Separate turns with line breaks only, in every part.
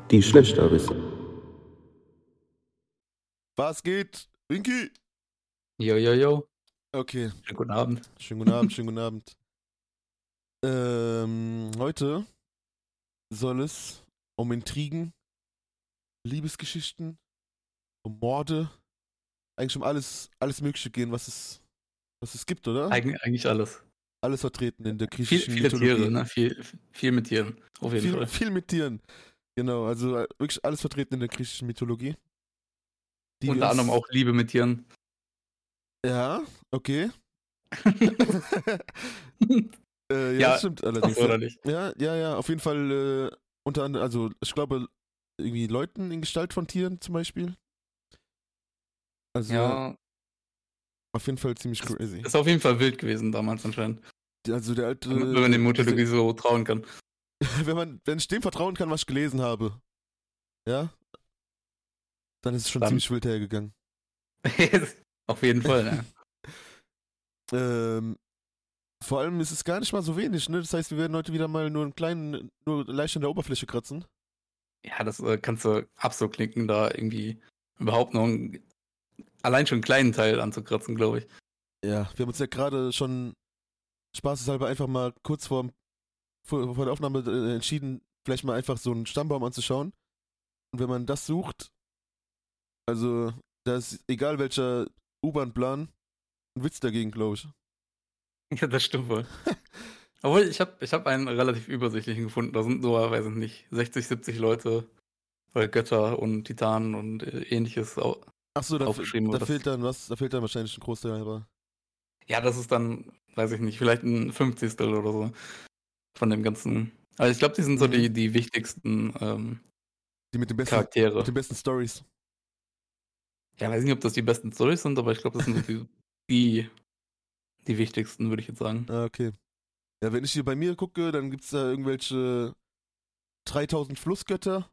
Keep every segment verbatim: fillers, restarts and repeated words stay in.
die schlechter wissen.
Was geht? Winky?
Jo, jo, jo.
Okay.
Schönen guten Abend.
Schönen guten Abend, schönen guten Abend. Ähm, heute soll es um Intrigen, Liebesgeschichten, um Morde, eigentlich um alles, alles Mögliche gehen, was es, was es gibt, oder?
Eig eigentlich alles.
Alles vertreten in der
Viel,
griechischen
viele
Mythologie.
Tiere, ne? Viel, viel mit Tieren. Auf jeden
viel,
Fall.
viel mit Tieren. Genau, also äh, wirklich alles vertreten in der griechischen Mythologie. Die
Unter
wir
anderem
uns-
auch Liebe mit Tieren.
Ja, okay. äh, ja,
Ja,
das stimmt allerdings.
Ach, oder nicht?
Ja, ja, ja, auf jeden Fall äh, unter anderem, also ich glaube, irgendwie Leuten in Gestalt von Tieren zum Beispiel. Also
Ja,
auf jeden Fall ziemlich
Das-
crazy.
ist auf jeden Fall wild gewesen damals anscheinend.
Also der alte.
Wenn man dem Mythologie
diese-
so trauen kann.
wenn man, wenn ich dem vertrauen kann, was ich gelesen habe, ja, dann ist es schon
Dann.
ziemlich wild hergegangen.
Auf jeden Fall, ne?
Ähm, vor allem ist es gar nicht mal so wenig, ne? Das heißt, wir werden heute wieder mal nur einen kleinen, nur leicht an der Oberfläche kratzen.
Ja, das äh, kannst du absolut knicken, da irgendwie überhaupt noch einen, allein schon einen kleinen Teil anzukratzen, glaube ich.
Ja, wir haben uns ja gerade schon spaßeshalber einfach mal kurz vor, vor, vor der Aufnahme äh, entschieden, vielleicht mal einfach so einen Stammbaum anzuschauen. Und wenn man das sucht, also da ist egal welcher U-Bahn-Plan, ein Witz dagegen, glaube ich.
Ja, das stimmt wohl. Obwohl, ich habe ich hab einen relativ übersichtlichen gefunden. Da sind nur, weiß ich nicht, sechzig, siebzig Leute, weil Götter und Titanen und äh, ähnliches. au-
Achso, da,
Aufgeschrieben,
da
das-
fehlt dann was, da fehlt dann wahrscheinlich ein Großteil, aber.
Ja, das ist dann, weiß ich nicht, vielleicht ein Fünfzigstel oder so von dem ganzen. Also ich glaube, die sind so
Mhm.
die, die wichtigsten ähm,
Die mit den besten,
Charaktere.
mit den besten Stories.
Ja, weiß nicht, ob das die besten Storys sind, aber ich glaube, das sind so die, die, die wichtigsten, würde ich jetzt sagen.
Ah, okay. Ja, wenn ich hier bei mir gucke, dann gibt's da irgendwelche dreitausend Flussgötter.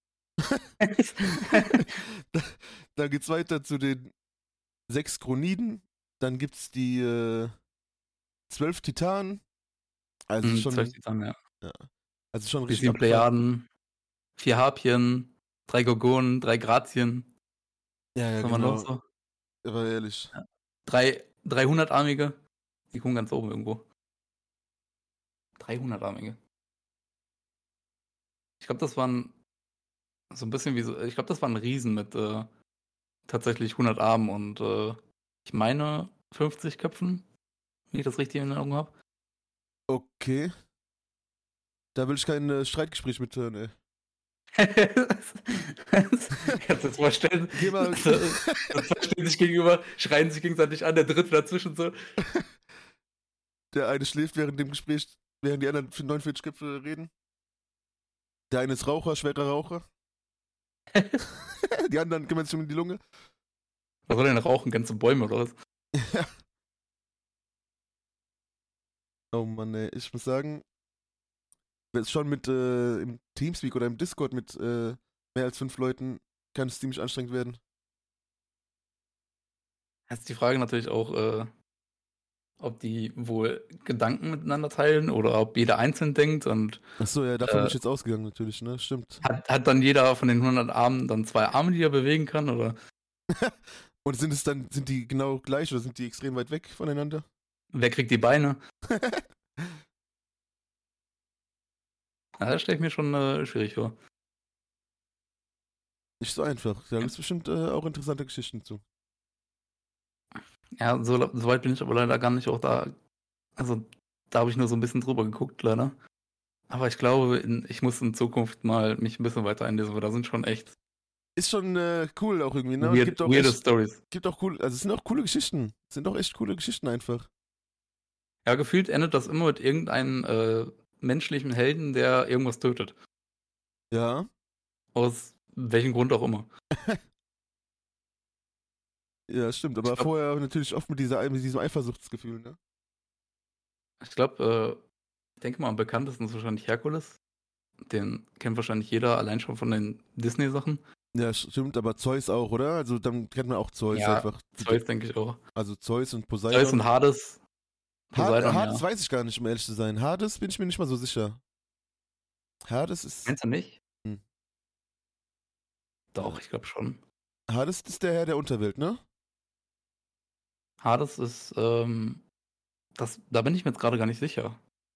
da, dann geht's weiter zu den sechs Chroniden. Dann gibt's die äh, zwölf Titanen. Also
Hm,
schon,
zwölf Titanen, ja.
also schon
Die
richtig
sieben
abgefahren.
Plejaden, vier Harpien, drei Gorgonen, drei Grazien.
Ja, ja,
Was haben wir
genau.
noch so?
Aber ehrlich.
Drei, dreihundertarmige. Die kommen ganz oben irgendwo. dreihundertarmige. Ich glaube, das waren so ein bisschen wie so, ich glaube, das waren Riesen mit äh, tatsächlich hundert Armen und äh, ich meine fünfzig Köpfen, wenn ich das richtig in Erinnerung habe.
Okay. Da will ich kein äh, Streitgespräch mithören, ey.
Kannst du dir vorstellen?
Geh mal.
So, so zwei stehen sich gegenüber, schreien sich gegenseitig an, der dritte dazwischen so.
Der eine schläft während dem Gespräch, während die anderen für neunundvierzig Köpfe reden. Der eine ist Raucher, schwerer Raucher. Die anderen kümmern sich um die Lunge.
Was soll denn rauchen? Ganze Bäume oder was?
Ja. Oh Mann, ey. Ich muss sagen, wenn es schon mit äh, im Teamspeak oder im Discord mit äh, mehr als fünf Leuten kann es ziemlich anstrengend werden.
Jetzt ist die Frage natürlich auch, äh, ob die wohl Gedanken miteinander teilen oder ob jeder einzeln denkt und
Achso, ja, davon
Äh,
bin ich jetzt ausgegangen natürlich, ne? Stimmt.
hat, hat dann jeder von den hundert Armen dann zwei Arme, die er bewegen kann oder
Und sind es dann, sind die genau gleich oder sind die extrem weit weg voneinander?
wer kriegt die Beine? Ja, das stelle ich mir schon äh, schwierig vor.
Nicht so einfach. Da gibt es bestimmt äh, auch interessante Geschichten zu.
Ja, so, so weit bin ich aber leider gar nicht auch da. Also, da habe ich nur so ein bisschen drüber geguckt, leider. Aber ich glaube, in, ich muss in Zukunft mal mich ein bisschen weiter einlesen, weil da sind schon echt
Ist schon äh, cool auch irgendwie, ne? Und
weird,
gibt auch
weirde
echt,
Stories.
gibt auch cool, also es sind auch coole Geschichten. Es sind auch echt coole Geschichten einfach.
Ja, gefühlt endet das immer mit irgendeinem äh, menschlichen Helden, der irgendwas tötet.
Ja.
Aus welchem Grund auch immer.
Ja, stimmt. Aber
Ich glaub-
vorher natürlich oft mit, dieser, mit diesem Eifersuchtsgefühl, ne?
Ich glaube, äh, ich denke mal, am bekanntesten ist wahrscheinlich Herkules. Den kennt wahrscheinlich jeder, allein schon von den Disney-Sachen.
Ja, stimmt, aber Zeus auch, oder? Also dann kennt man auch Zeus
Ja,
einfach.
Zeus denke ich auch.
Also Zeus und Poseidon.
Zeus und Hades. Poseidon,
Ha- Hades
ja.
weiß ich gar nicht, um ehrlich zu sein. Hades bin ich mir nicht mal so sicher. Hades ist.
Meinst du nicht?
Hm.
Doch, ich glaube schon.
Hades ist der Herr der Unterwelt, ne?
Hades ist, ähm, das, da bin ich mir jetzt gerade gar nicht sicher.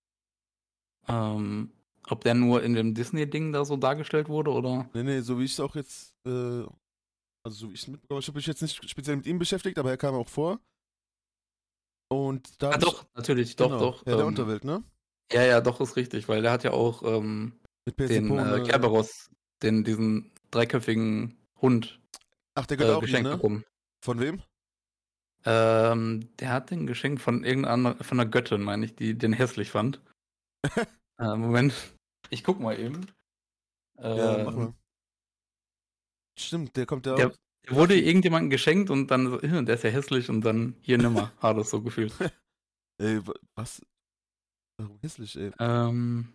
Ähm, ob der nur in dem Disney-Ding da so dargestellt wurde oder.
Nee, nee, so wie ich es auch jetzt, äh, also so wie ich es mitbekommen habe, ich habe mich jetzt nicht speziell mit ihm beschäftigt, aber er kam auch vor. Und da
Ah,
habe ich,
doch, natürlich, doch,
genau,
doch.
Herr der
Ähm,
Unterwelt, ne?
ja, ja, doch, ist richtig, weil der hat ja auch ähm,
Mit
den äh,
Persepone.
Kerberos, den, diesen dreiköpfigen Hund
Ach, der gehört
äh,
auch ihr,
geschenkt
ne?
bekommen.
Von wem?
Ähm, der hat den geschenkt von irgendeiner, von einer Göttin, meine ich, die den hässlich fand. Äh, Moment, ich guck mal eben.
Ja, mach
Ähm,
mal. Stimmt, der kommt ja auch.
der, der wurde
Raffi.
irgendjemandem geschenkt und dann so, "Hm, der ist ja hässlich und dann hier nimmer, hat es so gefühlt.
Ey, wa- was? Warum hässlich, ey?
Ähm,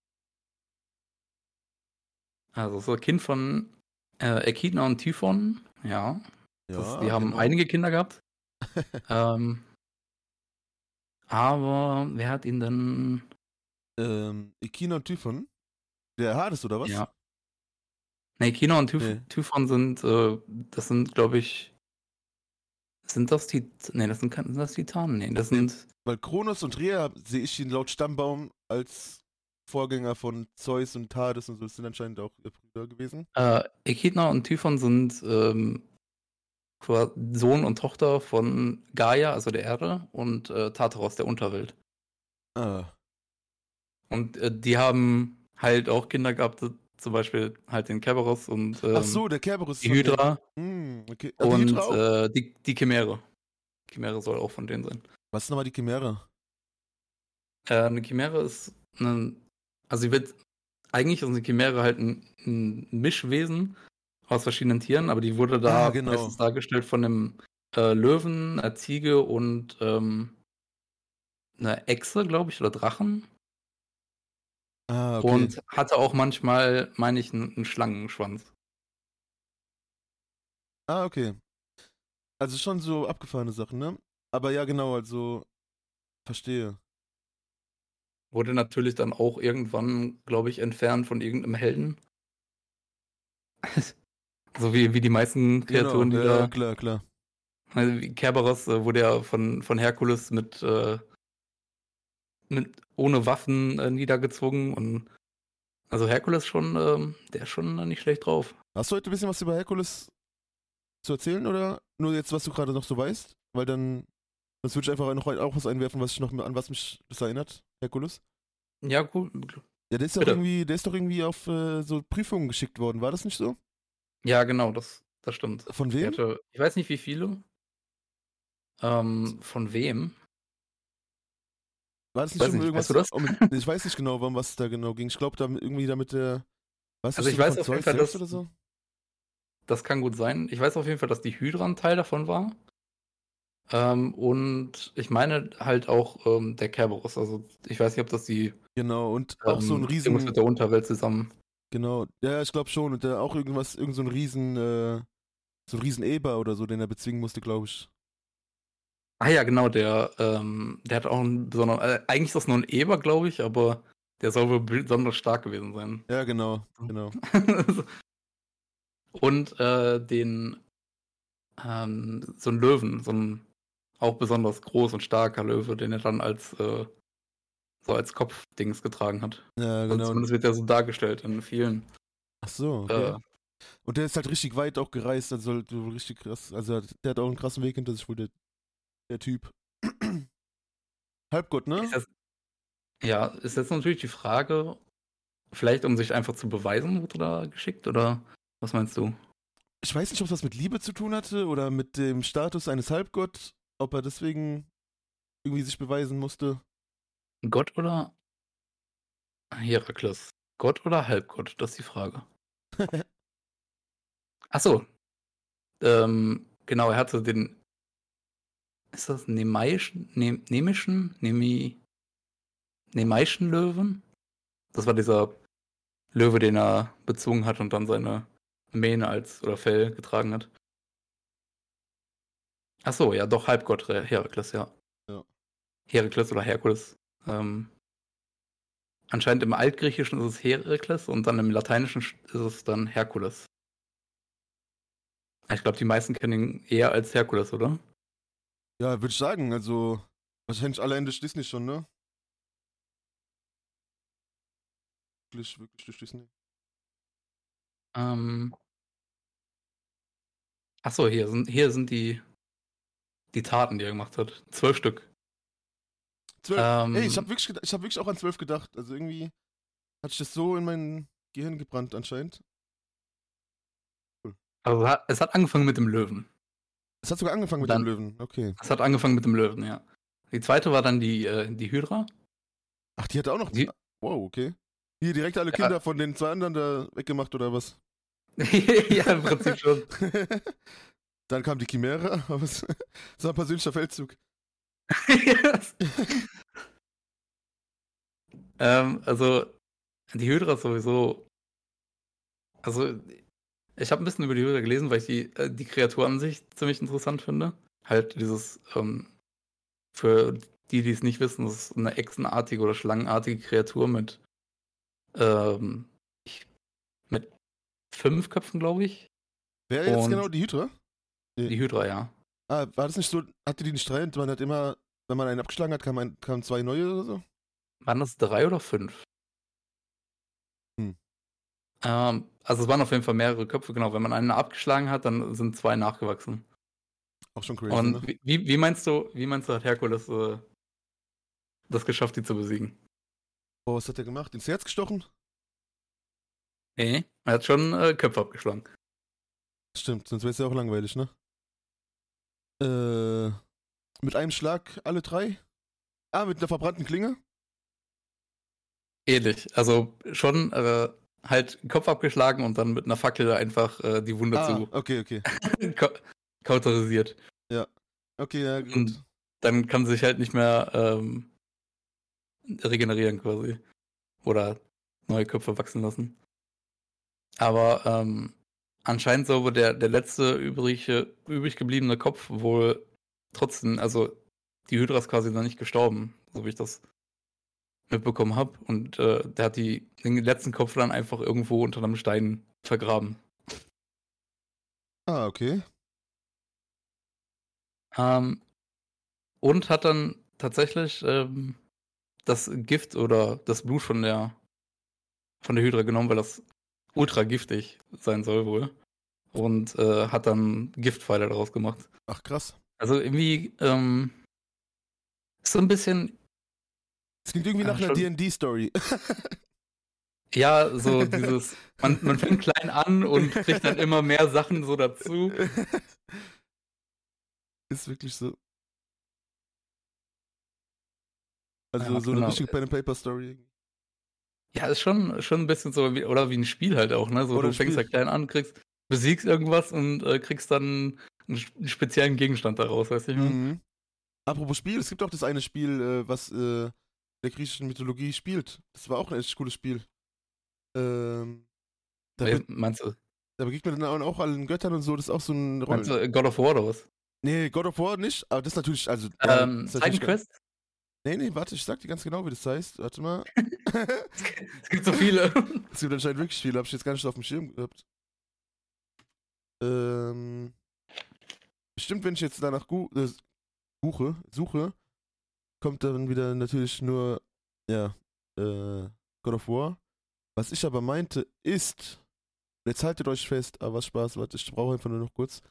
also so Kind von äh, Echidna und Typhon, ja. Das,
Ja,
die haben
genau.
einige Kinder gehabt. Ähm, aber wer hat ihn denn?
ähm, Ikina und Typhon? Der Hades, oder was?
Ja. Ne, Echidna und Typh
Nee.
Typhon sind, äh, das sind, glaube ich, sind das die, nee, das sind, kein- sind das Titanen? Nee, das
Nee,
sind,
weil Kronos und Rhea sehe ich ihn laut Stammbaum als Vorgänger von Zeus und Hades und so. Das sind anscheinend auch ihr Brüder gewesen.
äh, Echidna und Typhon sind ähm, qua- Sohn und Tochter von Gaia, also der Erde, und äh, Tartaros, der Unterwelt.
Ah.
Und äh, die haben halt auch Kinder gehabt, zum Beispiel halt den Kerberos und
Ach
ähm,
so, der Kerberos ist
die
von denen.
Hydra
Hm, okay. Ah, die Hydra
und
auch?
äh, die, die Chimäre. Chimäre soll auch von denen sein.
Was ist nochmal die Chimäre?
Äh, eine Chimäre ist eine, also sie wird, eigentlich ist eine Chimäre halt ein, ein Mischwesen aus verschiedenen Tieren, aber die wurde
Ah,
da
genau.
meistens dargestellt von einem äh, Löwen, einer Ziege und ähm, einer Echse, glaube ich, oder Drachen.
Ah, okay.
Und hatte auch manchmal, meine ich, einen, einen Schlangenschwanz.
Ah, okay. Also schon so abgefahrene Sachen, ne? Aber ja, genau, also verstehe.
Wurde natürlich dann auch irgendwann, glaube ich, entfernt von irgendeinem Helden. So wie, wie die meisten
Genau,
Kreaturen, die
ja, ja,
da.
klar, klar.
Also wie Kerberos äh, wurde ja von, von Herkules mit, äh, mit ohne Waffen äh, niedergezwungen. Und also Herkules schon, ähm, der ist schon äh, nicht schlecht drauf.
Hast du heute ein bisschen was über Herkules zu erzählen oder nur jetzt, was du gerade noch so weißt? Weil dann, sonst würde ich einfach noch auch was einwerfen, was ich noch an was mich das erinnert, Herkules.
Ja, gut,
Ja, der ist doch
bitte.
irgendwie, der ist doch irgendwie auf äh, so Prüfungen geschickt worden, war das nicht so?
Ja, genau, das, das stimmt.
Von
Der
wem?
hatte, ich weiß nicht wie viele. Ähm, von wem?
War das nicht
Weiß
um
nicht, weißt du
irgendwas,
das?
um, ich weiß nicht genau, um was es da genau ging. Ich glaube, da irgendwie damit der, war es
Also
nicht
ich
sogar
weiß
von
auf jeden
Zeus
Fall,
selbst
dass
oder so?
das kann gut sein. Ich weiß auf jeden Fall, dass die Hydra ein Teil davon war. Ähm, und ich meine halt auch ähm, der Kerberos. Also ich weiß nicht, ob das die
Genau, und auch so ein
ähm, irgendwas
Riesen,
mit der Unterwelt zusammen.
genau, ja, ja, ich glaube schon, und der auch irgendwas, irgend so ein Riesen, äh, so ein Riesen Eber oder so, den er bezwingen musste, glaube ich.
Ah ja, genau, der, ähm, der hat auch einen besonderen. Äh, eigentlich ist das nur ein Eber, glaube ich, aber der soll wohl besonders stark gewesen sein.
Ja, genau, genau.
Und äh, den ähm, so ein Löwen, so ein auch besonders groß und starker Löwe, den er dann als äh, so als Kopfdings getragen hat.
Ja,
Also
genau.
zumindest wird er so dargestellt in vielen.
Ach so, okay.
Äh,
Und der ist halt richtig weit auch gereist, also halt so richtig krass. Also der hat auch einen krassen Weg hinter sich, wohl der, der Typ. Halbgott,
ist
ne?
das, ja, ist jetzt natürlich die Frage, vielleicht um sich einfach zu beweisen, wurde da geschickt oder was meinst du?
Ich weiß nicht, ob das mit Liebe zu tun hatte oder mit dem Status eines Halbgott, ob er deswegen irgendwie sich beweisen musste.
Gott oder Herakles? Gott oder Halbgott? Das ist die Frage. Achso, ähm, genau, er hatte den, ist das Nemaischen, ne, Nemischen, Nemi, Nemaischen Löwen? Das war dieser Löwe, den er bezwungen hat und dann seine Mähne als oder Fell getragen hat. Achso, ja, doch Halbgott Her- Herakles, ja.
Ja.
Herakles oder Herkules. Ähm, anscheinend im Altgriechischen ist es Herakles und dann im Lateinischen ist es dann Herkules. Ich glaube, die meisten kennen ihn eher als Herkules, oder?
Ja, würde ich sagen, also wahrscheinlich alle Ende Disney schon, ne? Wirklich, wirklich durch Disney.
Ähm. Achso, hier sind, hier sind die, die Taten, die er gemacht hat. Zwölf Stück.
Zwölf. Ey, ich
Ähm,
habe wirklich, geda- ich hab wirklich auch an zwölf gedacht. Also irgendwie hat sich das so in mein Gehirn gebrannt anscheinend. Cool.
also hat- es hat angefangen mit dem Löwen.
Es hat sogar angefangen mit dem
Dann,
Löwen, okay.
es hat angefangen mit dem Löwen, ja. Die zweite war dann die, äh, die Hydra.
Ach, die hatte auch noch.
Die,
Wow, okay. Hier direkt alle
ja,
Kinder von den zwei anderen da weggemacht oder was?
ja, im Prinzip schon.
Dann kam die Chimäre, aber es das war ein persönlicher Feldzug.
Yes. ähm, also, die Hydra ist sowieso. Also, ich habe ein bisschen über die Hydra gelesen, weil ich die, äh, die Kreatur an sich ziemlich interessant finde. Halt dieses, ähm, für die, die es nicht wissen, das ist eine echsenartige oder schlangenartige Kreatur mit, ähm, ich, mit fünf Köpfen, glaube ich.
Wer jetzt genau
Und
die Hydra? Nee.
die Hydra, ja.
Ah, war das nicht so, hatte die nicht drei und man hat immer, wenn man einen abgeschlagen hat, kamen kam zwei neue oder so?
Waren das drei oder fünf?
Hm.
Ähm, also es waren auf jeden Fall mehrere Köpfe, genau. Wenn man einen abgeschlagen hat, dann sind zwei nachgewachsen.
Auch schon crazy,
Und
ne?
wie, wie wie meinst du, wie meinst du, hat Herkules äh, das geschafft, die zu besiegen?
Boah, was hat der gemacht? Ins Herz gestochen?
Nee, er hat schon äh, Köpfe abgeschlagen.
Stimmt, sonst wäre es ja auch langweilig, ne? Äh, mit einem Schlag alle drei? Ah, mit einer verbrannten Klinge?
Ähnlich. Also schon äh, halt Kopf abgeschlagen und dann mit einer Fackel einfach äh, die Wunde
Ah,
zu
okay, okay.
ka- kauterisiert.
Ja. Okay, ja,
Und
gut.
dann kann sie sich halt nicht mehr ähm, regenerieren quasi. Oder neue Köpfe wachsen lassen. Aber ähm, anscheinend soll wohl der, der letzte übrig, übrig gebliebene Kopf wohl trotzdem, also die Hydra ist quasi noch nicht gestorben, so wie ich das mitbekommen habe. Und äh, der hat die, den letzten Kopf dann einfach irgendwo unter einem Stein vergraben.
Ah, okay.
Ähm, und hat dann tatsächlich ähm, das Gift oder das Blut von der von der Hydra genommen, weil das ultra giftig sein soll wohl. Und äh, hat dann Giftpfeile daraus gemacht.
Ach, krass.
Also irgendwie ähm, ist so ein bisschen,
Das klingt irgendwie
äh,
nach einer D
schon,
and D-Story.
ja, so dieses, man, man fängt klein an und kriegt dann immer mehr Sachen so dazu.
Ist wirklich so. Also
Ja,
so eine
genau.
richtige Pen-and-Paper-Story.
Ja, ist schon, schon ein bisschen so, wie, oder wie ein Spiel halt auch, ne? So,
Oder
du
ein
fängst
Spiel.
da klein an, kriegst, besiegst irgendwas und äh, kriegst dann einen, sp- einen speziellen Gegenstand daraus, weißt du, ich mein?
Mhm. Apropos Spiel, es gibt auch das eine Spiel, äh, was äh, der griechischen Mythologie spielt. Das war auch ein echt cooles Spiel. Ähm, da,
Wer-
be
Meinst du,
da begegnet man dann auch allen Göttern und so. Das ist auch so ein
meinst
Rollen.
du God of War oder was?
Nee, God of War nicht, aber das ist natürlich, also, ja, das
Ähm,
ist
Titan
natürlich. ge-
Quest?
Nee, nee, warte, ich sag dir ganz genau, wie das heißt. Warte mal.
Es gibt so viele.
Es gibt anscheinend wirklich viele, hab ich jetzt gar nicht auf dem Schirm gehabt. Ähm, bestimmt, wenn ich jetzt danach gu äh, suche, suche, kommt dann wieder natürlich nur, ja, äh, God of War. Was ich aber meinte, ist, jetzt haltet euch fest, aber was Spaß, warte, ich brauche einfach nur noch kurz.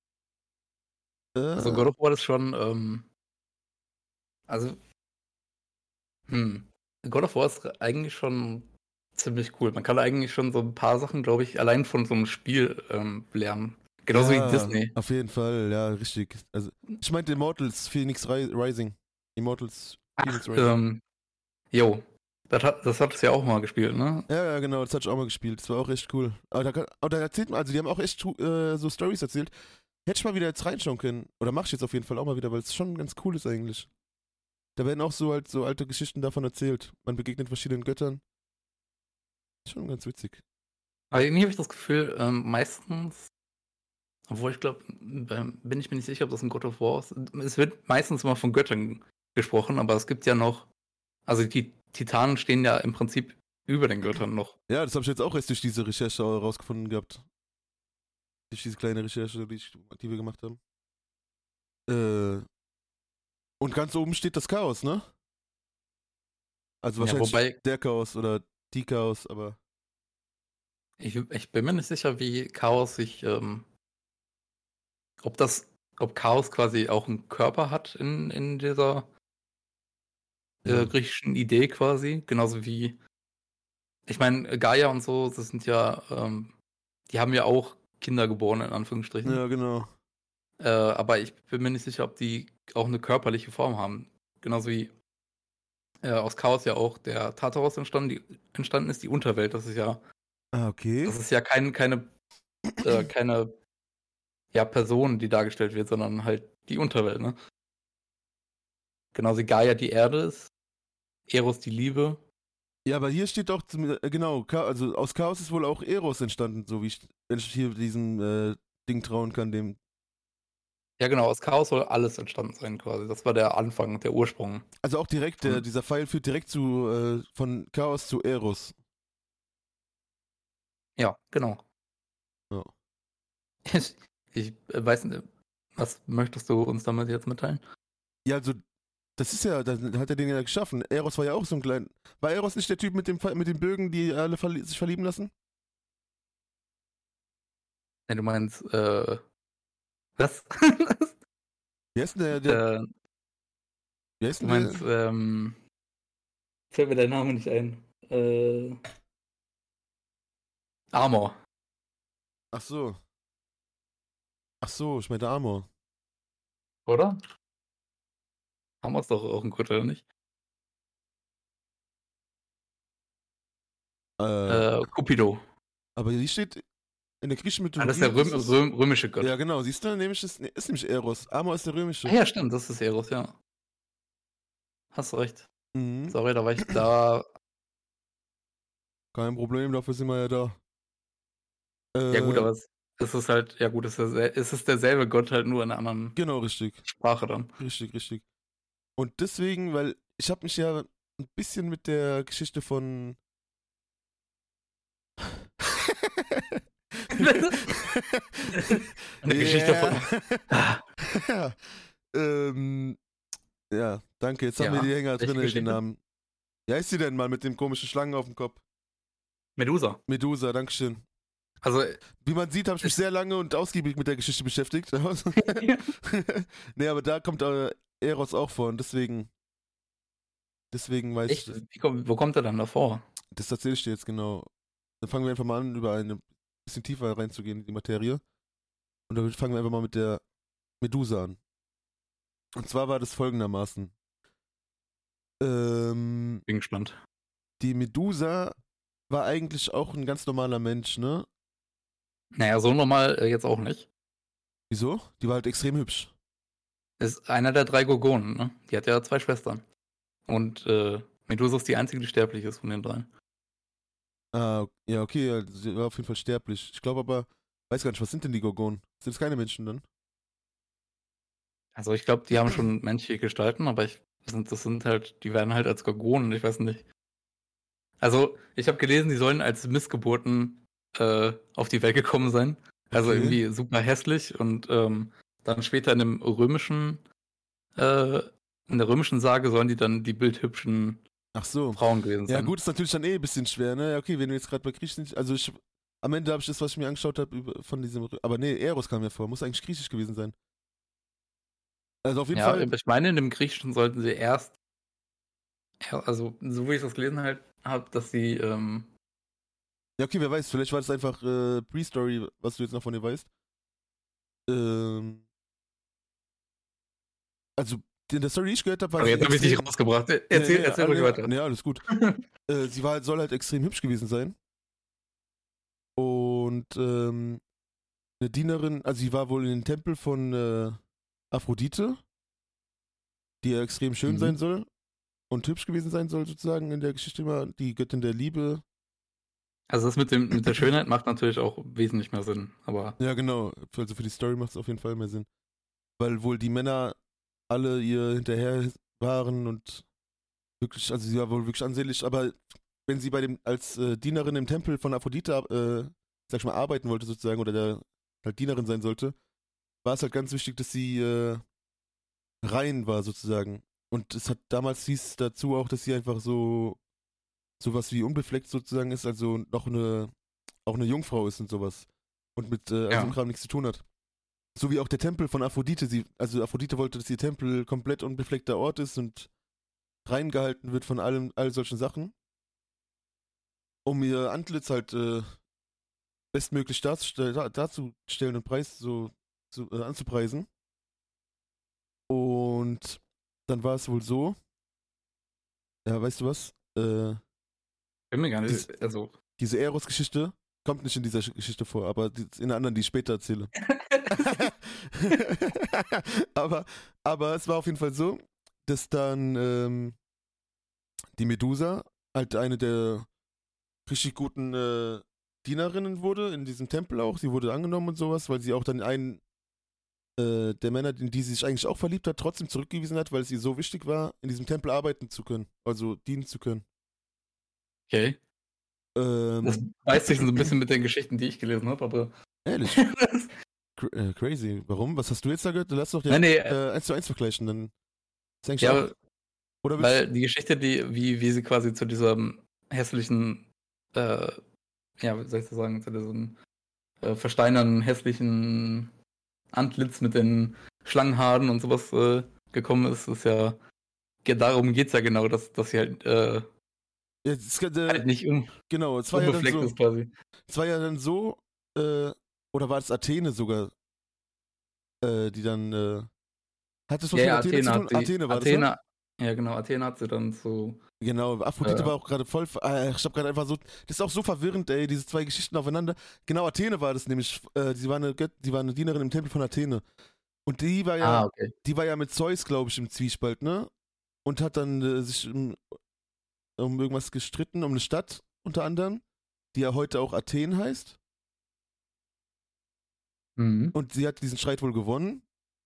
Also
Äh,
God of War ist schon, ähm, also, hm, God of War ist eigentlich schon ziemlich cool. Man kann eigentlich schon so ein paar Sachen, glaube ich, allein von so einem Spiel ähm, lernen. Genauso wie
ja,
Disney.
auf jeden Fall, ja, richtig. Also, ich meinte Immortals, Phoenix Ri Rising. Immortals, Phoenix
Ach,
Rising.
ähm, jo. Das hat, das hat es ja auch mal gespielt, ne?
Ja, ja, genau, das hatte ich auch mal gespielt. Das war auch echt cool. Aber da, kann- aber da erzählt man, also die haben auch echt äh, so Stories erzählt. Hätte ich mal wieder jetzt reinschauen können. Oder mach ich jetzt auf jeden Fall auch mal wieder, weil es schon ganz cool ist eigentlich. Da werden auch so halt so alte Geschichten davon erzählt. Man begegnet verschiedenen Göttern. Schon ganz witzig.
Aber irgendwie habe ich das Gefühl, ähm, meistens, obwohl ich glaube, bin ich mir nicht sicher, ob das ein God of War ist. Es wird meistens immer von Göttern gesprochen, aber es gibt ja noch, also die Titanen stehen ja im Prinzip über den Göttern noch.
Ja, das habe ich jetzt auch erst durch diese Recherche rausgefunden gehabt. Durch diese kleine Recherche, die, ich, die wir gemacht haben. Äh, und ganz oben steht das Chaos, ne? Also
Ja,
wahrscheinlich
wobei,
der Chaos oder die Chaos, aber.
ich, ich bin mir nicht sicher, wie Chaos sich, ähm, ob das, ob Chaos quasi auch einen Körper hat in, in dieser äh,
Ja.
griechischen Idee quasi. Genauso wie, ich meine, Gaia und so, das sind ja, ähm, die haben ja auch Kinder geboren, in Anführungsstrichen.
Ja, genau.
Äh, aber ich bin mir nicht sicher, ob die auch eine körperliche Form haben. Genauso wie äh, aus Chaos ja auch der Tartaros entstanden, die, entstanden ist, die Unterwelt. Das ist ja,
Ah, okay.
das ist ja kein, keine, äh, keine ja, Person, die dargestellt wird, sondern halt die Unterwelt, ne? Genauso wie Gaia die Erde ist, Eros die Liebe.
Ja, aber hier steht doch, zum, äh, genau, Cha also aus Chaos ist wohl auch Eros entstanden, so wie ich, wenn ich hier diesem äh, Ding trauen kann, dem.
Ja, genau, aus Chaos soll alles entstanden sein, quasi. Das war der Anfang, der Ursprung.
Also auch direkt, der,
Von,
dieser Pfeil führt direkt zu, äh, von Chaos zu Eros.
ja, genau.
Ja.
Ich, ich äh, weiß nicht, was möchtest du uns damit jetzt mitteilen?
Ja, also, das ist ja, dann hat er den ja geschaffen. Eros war ja auch so ein kleiner. War Eros nicht der Typ mit, dem, Pfeil- mit den Bögen, die alle verli sich verlieben lassen?
Ja, du meinst, äh, was?
Wie heißt denn der, der,
äh,
wie heißt
du
denn
meinst,
der?
ähm, fällt mir dein Name nicht ein. Äh, Amor,
Ach so. Ach so, ich meinte Amor.
oder? Amor ist doch auch ein Gott, oder nicht?
Äh,
Äh, Cupido.
aber hier steht, in der griechischen
Ah, das ist
Mythologie
der Röm,
ist es.
Röm, römische
Ja,
Gott.
genau, siehst du, nämlich ist, ist nämlich Eros. Amor ist der
Ah
römische.
ja, stimmt, das ist Eros, ja. Hast du recht.
Mhm.
Sorry, da war ich da.
Kein Problem, dafür sind wir ja da.
Ja gut,
Äh,
aber es, es ist halt, ja gut, es ist, der- es ist derselbe Gott, halt nur in einer anderen
genau, richtig.
Sprache dann.
Richtig, richtig. Und deswegen, weil ich habe mich ja ein bisschen mit der Geschichte von
Eine Geschichte von.
ja. ähm, ja, danke. Jetzt haben wir
Ja,
die Hänger
welche
drin, die
Geschichte?
Namen. Wie heißt sie denn mal mit dem komischen Schlangen auf dem Kopf?
Medusa.
Medusa, dankeschön.
Also,
Wie man sieht, habe ich mich
es,
sehr lange und ausgiebig mit der Geschichte beschäftigt. Nee, aber da kommt äh, Eros auch vor und deswegen, deswegen weiß ich
echt,
das.
wie kommt, wo kommt er dann davor?
Das erzähle ich dir jetzt genau. Dann fangen wir einfach mal an, über eine bisschen tiefer reinzugehen in die Materie. Und dann fangen wir einfach mal mit der Medusa an. Und zwar war das folgendermaßen. Ähm,
Bin gespannt.
die Medusa war eigentlich auch ein ganz normaler Mensch, ne?
Naja, so normal äh, jetzt auch nicht.
Wieso? Die war halt extrem hübsch.
Ist einer der drei Gorgonen, ne? Die hat ja zwei Schwestern. Und äh, Medusa ist die einzige, die sterblich ist von den dreien.
Ah, ja, okay, ja, sie war auf jeden Fall sterblich. Ich glaube aber, weiß gar nicht, was sind denn die Gorgonen? Sind es keine Menschen dann?
Also ich glaube, die haben schon menschliche Gestalten, aber ich, das, sind, das sind halt, die werden halt als Gorgonen, ich weiß nicht. Also ich habe gelesen, die sollen als Missgeburten äh, auf die Welt gekommen sein. Also
Okay.
irgendwie super hässlich und ähm, dann später in dem römischen, äh, in der römischen Sage sollen die dann die bildhübschen
Ach so.
Frauen gewesen
Ja,
sein.
gut, ist natürlich dann eh ein bisschen schwer, ne? Ja, okay, wenn du jetzt gerade bei Griechisch sind, also ich, am Ende habe ich das, was ich mir angeschaut habe, von diesem, aber nee, Eros kam mir vor, muss eigentlich griechisch gewesen sein. Also auf jeden
Ja,
Fall,
ich meine, in dem Griechischen sollten sie erst, ja, also so wie ich das gelesen halt habe, dass sie, ähm,
ja, okay, wer weiß, vielleicht war das einfach äh, Pre-Story, was du jetzt noch von ihr weißt. Ähm, also, in der Story, die ich gehört habe, war
aber
sie
jetzt habe ich dich
extrem.
rausgebracht.
Nee,
Erzähl,
nee,
erzähl
ah,
ruhig
nee,
weiter.
nee, alles gut. Äh, sie war, soll halt extrem hübsch gewesen sein. Und ähm, eine Dienerin, also sie war wohl in den Tempel von äh, Aphrodite, die ja extrem schön sein
Mhm.
soll und hübsch gewesen sein soll, sozusagen in der Geschichte immer, die Göttin der Liebe.
Also das mit dem mit der Schönheit macht natürlich auch wesentlich mehr Sinn, aber
Ja, genau. Also für die Story macht es auf jeden Fall mehr Sinn. Weil wohl die Männer alle ihr hinterher waren und wirklich, also sie war wohl wirklich ansehnlich, aber wenn sie bei dem, als äh, Dienerin im Tempel von Aphrodite, äh, sag ich mal, arbeiten wollte sozusagen, oder der halt Dienerin sein sollte, war es halt ganz wichtig, dass sie äh, rein war sozusagen. Und es hat damals hieß dazu auch, dass sie einfach so sowas wie unbefleckt sozusagen ist, also noch eine auch eine Jungfrau ist und sowas. Und mit äh, all so einem
Ja.
Kram nichts zu tun hat. So wie auch der Tempel von Aphrodite. Sie, also Aphrodite wollte, dass ihr Tempel komplett unbefleckter Ort ist und reingehalten wird von allem, all solchen Sachen, um ihr Antlitz halt äh, bestmöglich darzustell, da, darzustellen und Preis so, so äh, anzupreisen. Und dann war es wohl so, ja, weißt du was? Äh,
Bin mir gar
dies,
nicht, also.
diese Eros-Geschichte kommt nicht in dieser Geschichte vor, aber die, in der anderen, die ich später erzähle. aber, aber es war auf jeden Fall so, dass dann ähm, die Medusa halt eine der richtig guten äh, Dienerinnen wurde in diesem Tempel auch. Sie wurde angenommen und sowas, weil sie auch dann einen äh, der Männer, in die sie sich eigentlich auch verliebt hat, trotzdem zurückgewiesen hat, weil es ihr so wichtig war, in diesem Tempel arbeiten zu können, also dienen zu können.
Okay. Das
Ähm,
beißt sich so ein bisschen mit den Geschichten, die ich gelesen habe, aber.
ehrlich, cr äh, crazy. Warum? Was hast du jetzt da gehört? Lass doch
Nein,
direkt
nee,
äh, eins zu eins vergleichen, dann ist eigentlich auch.
ja,
Oder willst
weil die Geschichte, die, wie, wie sie quasi zu diesem hässlichen, äh, ja, wie soll ich das sagen, zu diesem äh, versteinernden, hässlichen Antlitz mit den Schlangenhaaren und sowas äh, gekommen ist, ist ja, ge- darum geht's ja genau, dass, dass sie halt, äh,
ja, es, äh,
halt nicht un
genau, es war ja dann
unbefleckt
so,
ist quasi.
es war ja dann so, äh, oder war es Athene sogar, äh, die dann, äh, hat das was
Ja,
mit
ja,
Athene zu
Athene hat
tun?
sie,
Athene war das, ne?
Athene, ja genau, Athene hat sie dann so,
Genau, Aphrodite
äh,
war auch gerade voll, äh, ich hab gerade einfach so, das ist auch so verwirrend, ey, diese zwei Geschichten aufeinander. Genau, Athene war das nämlich, äh, sie war eine, Gött die war eine Dienerin im Tempel von Athene. Und die war ja,
ah, okay.
die war ja mit Zeus, glaube ich, im Zwiespalt, ne? Und hat dann äh, sich um, um irgendwas gestritten, um eine Stadt unter anderem, die ja heute auch Athen heißt.
Mhm.
Und sie hat diesen Streit wohl gewonnen.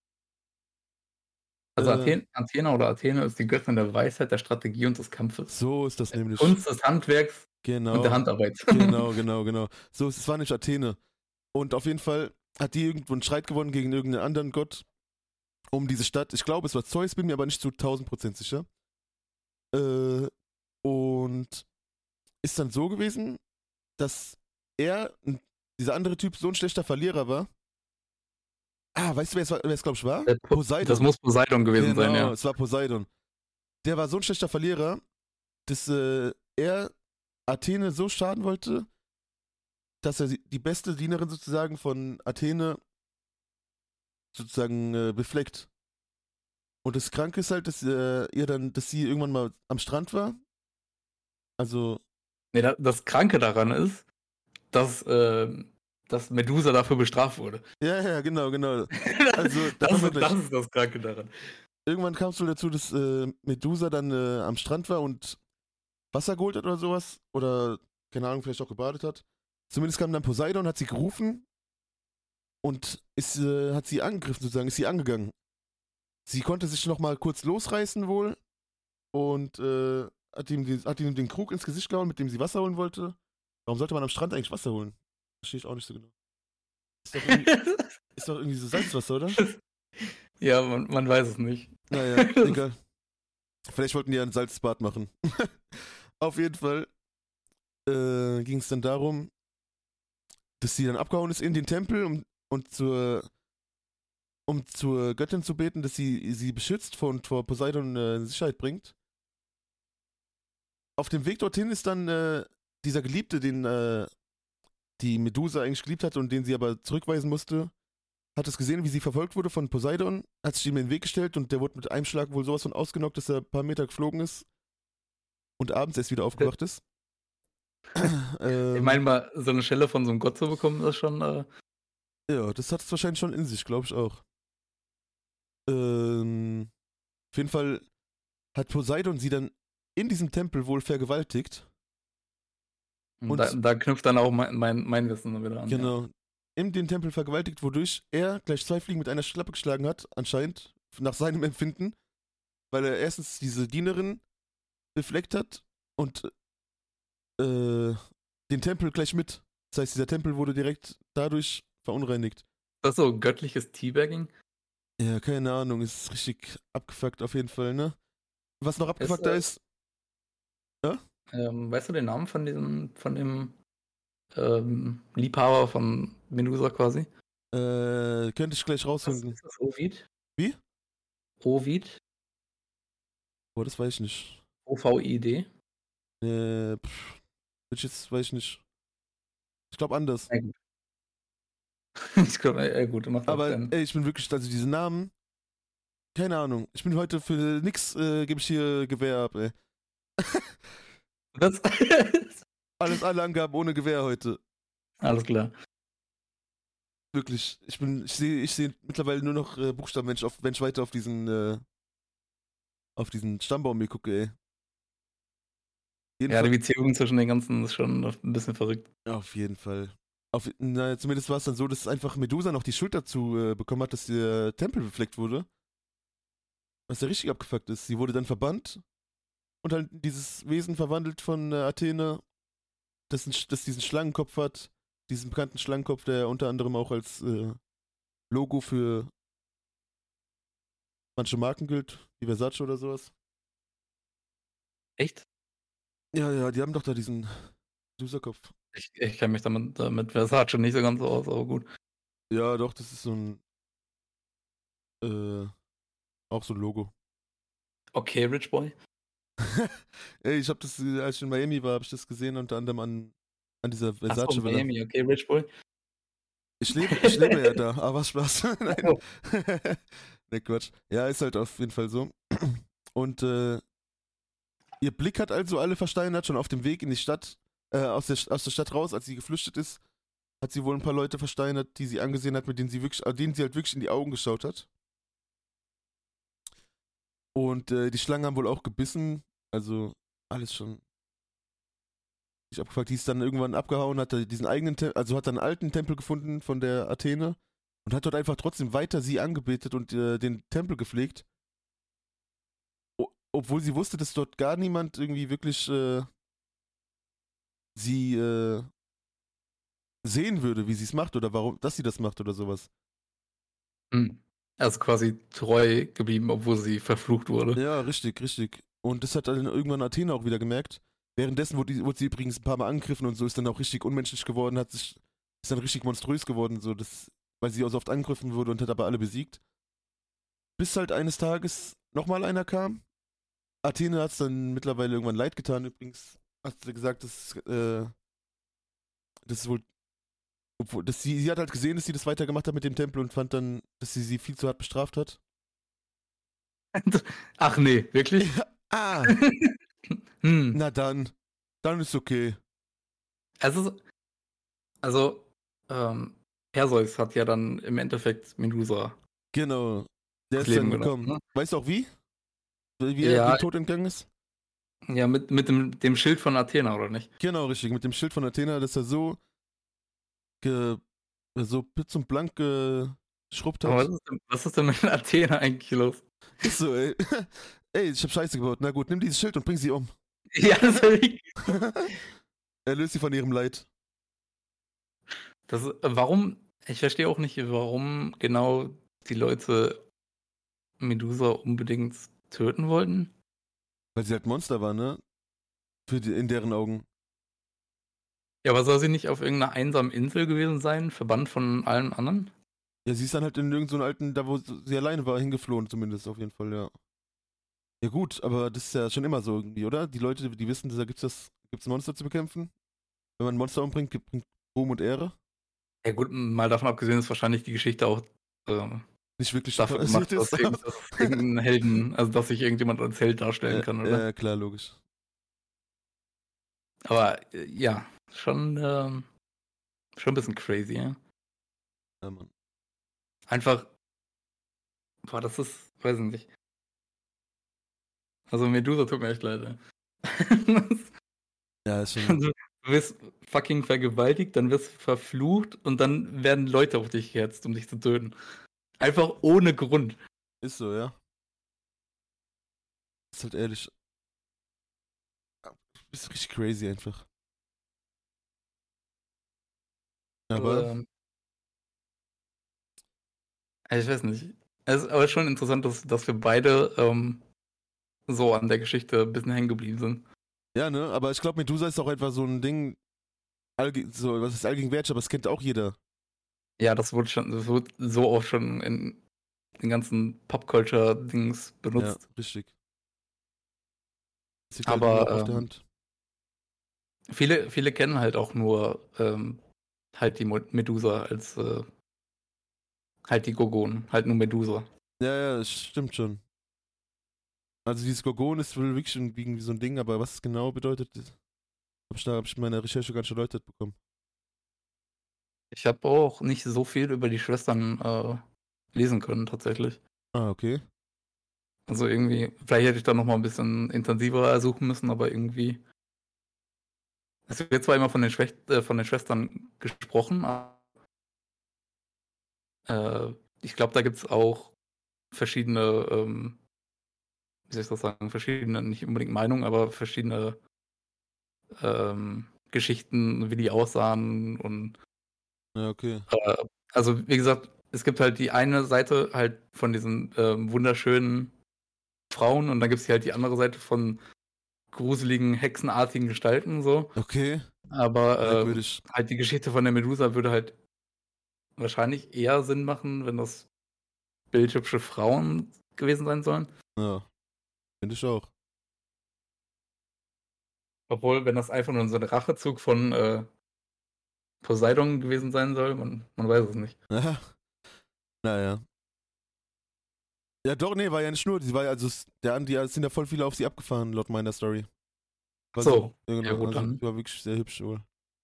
Also
Äh,
Athen, Athena oder Athene ist die Göttin der Weisheit, der Strategie und des Kampfes,
so ist das
der
nämlich.
Kunst des Handwerks und der
Genau,
Handarbeit.
genau, genau, genau. So, es war nicht Athene. Und auf jeden Fall hat die irgendwo einen Streit gewonnen gegen irgendeinen anderen Gott um diese Stadt. Ich glaube, es war Zeus, bin mir aber nicht zu tausend Prozent sicher. Äh, und ist dann so gewesen, dass er, dieser andere Typ, so ein schlechter Verlierer war. Ah, weißt du, wer es, wer es glaube ich, war?
Äh, Po- Das
Poseidon.
muss Poseidon gewesen sein,
Genau,
ja.
es war Poseidon. Der war so ein schlechter Verlierer, dass äh, er Athene so schaden wollte, dass er die beste Dienerin sozusagen von Athene sozusagen äh, befleckt. Und das Kranke ist halt, dass äh, ihr dann, dass sie irgendwann mal am Strand war. Also,
Nee, da, das Kranke daran ist, dass, ähm, dass Medusa dafür bestraft wurde.
ja, ja, genau, genau. Also, da
das,
kommen wir
ist, das
gleich.
ist das Kranke daran.
Irgendwann kam es wohl dazu, dass äh, Medusa dann äh, am Strand war und Wasser geholt hat oder sowas. Oder, keine Ahnung, vielleicht auch gebadet hat. Zumindest kam dann Poseidon, hat sie gerufen und ist, äh, hat sie angegriffen sozusagen, ist sie angegangen. Sie konnte sich noch mal kurz losreißen wohl und äh, hat, ihm die, hat ihm den Krug ins Gesicht gehauen, mit dem sie Wasser holen wollte. Warum sollte man am Strand eigentlich Wasser holen? Verstehe ich auch nicht so genau. Ist doch irgendwie, ist doch irgendwie so Salzwasser, oder?
Ja, man, man weiß es nicht.
Naja, egal. Vielleicht wollten die ja ein Salzbad machen. Auf jeden Fall äh, ging es dann darum, dass sie dann abgehauen ist in den Tempel, um, und zur, um zur Göttin zu beten, dass sie sie beschützt und vor Poseidon äh, in Sicherheit bringt. Auf dem Weg dorthin ist dann äh, dieser Geliebte, den äh, die Medusa eigentlich geliebt hatte und den sie aber zurückweisen musste, hat es gesehen, wie sie verfolgt wurde von Poseidon, hat sich ihm in den Weg gestellt und der wurde mit einem Schlag wohl sowas von ausgenockt, dass er ein paar Meter geflogen ist und abends erst wieder aufgewacht ist.
Ich
ähm,
meine mal, so eine Stelle von so einem Gott zu bekommen, ist schon, äh,
ja, das hat es wahrscheinlich schon in sich, glaube ich auch. Ähm, auf jeden Fall hat Poseidon sie dann in diesem Tempel wohl vergewaltigt.
und da,
Und
da knüpft dann auch mein, mein, mein Wissen wieder an. Ja.
genau, in den Tempel vergewaltigt, wodurch er gleich zwei Fliegen mit einer Schlappe geschlagen hat, anscheinend, nach seinem Empfinden, weil er erstens diese Dienerin befleckt hat und äh, den Tempel gleich mit. Das heißt, dieser Tempel wurde direkt dadurch verunreinigt.
Das ist so göttliches Teabagging.
Ja, keine Ahnung, ist richtig abgefuckt auf jeden Fall, ne? Was noch
Ist,
abgefuckter
äh,
ist, ja?
ähm, weißt du den Namen von diesem, von dem ähm, Liebhaber von Medusa quasi?
Äh, könnte ich gleich
Was,
rausfinden.
ist das Ovid?
Wie?
Ovid?
Boah, das weiß ich nicht.
O V I D?
Äh, pff, ich jetzt, weiß ich nicht. Ich glaube anders.
Ja, gut. Ich glaube, ja, gut, macht auch
Aber
keinen.
ey, ich bin wirklich, also diese Namen, keine Ahnung. Ich bin heute für nix, äh, gebe ich hier Gewehr ab, ey.
Das
Alles alle Angaben ohne Gewehr heute.
Alles klar.
Wirklich. Ich bin, ich sehe, ich sehe mittlerweile nur noch äh, Buchstaben, wenn ich, auf, wenn ich weiter auf diesen, äh, auf diesen Stammbaum mir gucke, ey.
Ja, die
Jedenfalls,
Beziehung zwischen den ganzen ist schon ein bisschen verrückt.
auf jeden Fall. Auf, na, zumindest war es dann so, dass einfach Medusa noch die Schuld dazu äh, bekommen hat, dass der Tempel befleckt wurde. Was ja richtig abgefuckt ist. Sie wurde dann verbannt und halt in dieses Wesen verwandelt von äh, Athene, das, ein, das diesen Schlangenkopf hat. Diesen bekannten Schlangenkopf, der unter anderem auch als äh, Logo für manche Marken gilt, wie Versace oder sowas.
Echt?
Ja, ja, die haben doch da diesen Medusa-Kopf.
Ich, ich kenne mich damit, äh, mit Versace nicht so ganz so aus, aber gut.
Ja, doch, das ist so ein, äh, auch so ein Logo.
Okay, Rich Boy.
Ey, ich hab das, äh, als ich in Miami war, habe ich das gesehen, unter anderem an, an dieser
Achso,
Versace-Villa.
Miami, okay, Rich Boy.
Ich lebe, ich lebe ja da, aber Spaß. Nein.
Oh.
Ne, Quatsch. Ja, ist halt auf jeden Fall so. Und äh, ihr Blick hat also alle versteinert, schon auf dem Weg in die Stadt, äh, aus der, aus der Stadt raus, als sie geflüchtet ist, hat sie wohl ein paar Leute versteinert, die sie angesehen hat, mit denen sie wirklich, äh, denen sie halt wirklich in die Augen geschaut hat. Und äh, die Schlangen haben wohl auch gebissen, also alles schon. Ich hab gefragt, die ist dann irgendwann abgehauen, hat da diesen eigenen Tempel, also hat dann einen alten Tempel gefunden von der Athene und hat dort einfach trotzdem weiter sie angebetet und äh, den Tempel gepflegt. O obwohl sie wusste, dass dort gar niemand irgendwie wirklich äh, sie äh, sehen würde, wie sie es macht oder warum, dass sie das macht oder sowas.
Hm. Also quasi treu geblieben, obwohl sie verflucht wurde.
Ja, richtig, richtig. Und das hat dann irgendwann Athene auch wieder gemerkt. Währenddessen wurde, die, wurde sie übrigens ein paar Mal angegriffen und so, ist dann auch richtig unmenschlich geworden, hat sich, ist dann richtig monströs geworden, so, das, weil sie auch so oft angegriffen wurde und hat aber alle besiegt. Bis halt eines Tages nochmal einer kam. Athene hat es dann mittlerweile irgendwann leid getan, übrigens. Hat sie gesagt, dass, äh, das ist wohl, obwohl, dass sie, sie hat halt gesehen, dass sie das weitergemacht hat mit dem Tempel und fand dann, dass sie sie viel zu hart bestraft hat.
Ach nee, wirklich?
Ja, ah,
Hm.
na dann, dann ist okay.
Also, also ähm, Perseus hat ja dann im Endeffekt Medusa
Genau, der
das
ist dann
Leben genommen.
gekommen.
Ne?
Weißt du auch wie? Wie er
Ja,
dem Tod entgangen ist?
ja, mit, mit dem, dem Schild von Athena, oder nicht?
Genau, richtig, mit dem Schild von Athena, dass er so, ge, so pitz und blank geschrubbt
Aber was
hat.
ist denn, was ist denn mit Athena eigentlich los?
Ist so, ey. Ey, ich hab Scheiße gebaut. Na gut, nimm dieses Schild und bring sie um.
Ja, das ist wirklich.
Erlöst sie von ihrem Leid.
Das, ist- warum? Ich verstehe auch nicht, warum genau die Leute Medusa unbedingt töten wollten.
Weil sie halt Monster war, ne? Für die, in deren Augen.
Ja, aber soll sie nicht auf irgendeiner einsamen Insel gewesen sein, verbannt von allen anderen?
Ja, sie ist dann halt in irgendeinem so alten, da wo sie alleine war, hingeflohen, zumindest auf jeden Fall, ja. Ja gut, aber das ist ja schon immer so irgendwie, oder? Die Leute, die wissen, da gibt's das, gibt's Monster zu bekämpfen. Wenn man ein Monster umbringt, gibt es Ruhm und Ehre.
Ja gut, mal davon abgesehen ist wahrscheinlich die Geschichte auch ähm,
Nicht wirklich schon
dafür gemacht,
passiert
dass,
ist.
irgend, dass irgendein Helden, also dass sich irgendjemand als Held darstellen
äh,
kann, oder?
äh, klar, logisch.
Aber äh, ja, schon, ähm, schon ein bisschen crazy, ja.
Ja, Mann.
Einfach, boah, das ist, weiß ich nicht. Also Medusa tut mir echt leid, ey.
Ja, ist schon.
Also, du wirst fucking vergewaltigt, dann wirst du verflucht und dann werden Leute auf dich gehetzt, um dich zu töten. Einfach ohne Grund.
Ist so, ja. Ist halt ehrlich. Ist richtig crazy einfach. Aber
Ähm, Ich weiß nicht. Es ist aber schon interessant, dass, dass wir beide ähm, so an der Geschichte ein bisschen hängen geblieben sind.
Ja, ne? Aber ich glaube, Medusa ist auch etwa so ein Ding, allge so, was ist allgegenwärtig, aber das kennt auch jeder.
Ja, das wurde schon, das wurde so oft schon in den ganzen Pop-Culture-Dings
Ja,
benutzt.
richtig. Das liegt halt irgendwie
Aber
auch auf der
ähm,
Hand.
viele, viele kennen halt auch nur ähm, halt die Mo- Medusa als äh, halt die Gorgonen, halt nur Medusa.
Ja, ja, das stimmt schon. Also dieses Gorgon ist wohl wirklich irgendwie so ein Ding, aber was es genau bedeutet, das hab ich, da, hab ich in meiner Recherche gar nicht erläutert bekommen.
Ich habe auch nicht so viel über die Schwestern äh, lesen können, tatsächlich.
Ah, okay.
Also irgendwie, vielleicht hätte ich da noch mal ein bisschen intensiver ersuchen müssen, aber irgendwie. Es wird zwar immer von den, Schwech äh, von den Schwestern gesprochen, aber äh, ich glaube, da gibt es auch verschiedene, ähm, wie soll ich das sagen, verschiedene, nicht unbedingt Meinungen, aber verschiedene ähm, Geschichten, wie die aussahen und
Ja, okay.
äh, also wie gesagt, es gibt halt die eine Seite halt von diesen ähm, wunderschönen Frauen und dann gibt es halt die andere Seite von gruseligen, hexenartigen Gestalten so.
Okay.
Aber äh,
Merkwürdig.
halt die Geschichte von der Medusa würde halt wahrscheinlich eher Sinn machen, wenn das bildhübsche Frauen gewesen sein sollen.
Ja, finde ich auch.
Obwohl, wenn das einfach nur so ein Rachezug von äh, Poseidon gewesen sein soll, man, man weiß es nicht.
Ja, naja. Ja, doch, nee, war ja nicht nur. Die war ja, also, es- der Andi, es sind ja voll viele auf sie abgefahren, laut meiner Story.
Ach
War sie,
so,
ja,
ja
genau,
gut,
also,
dann.
die war wirklich sehr hübsch wohl.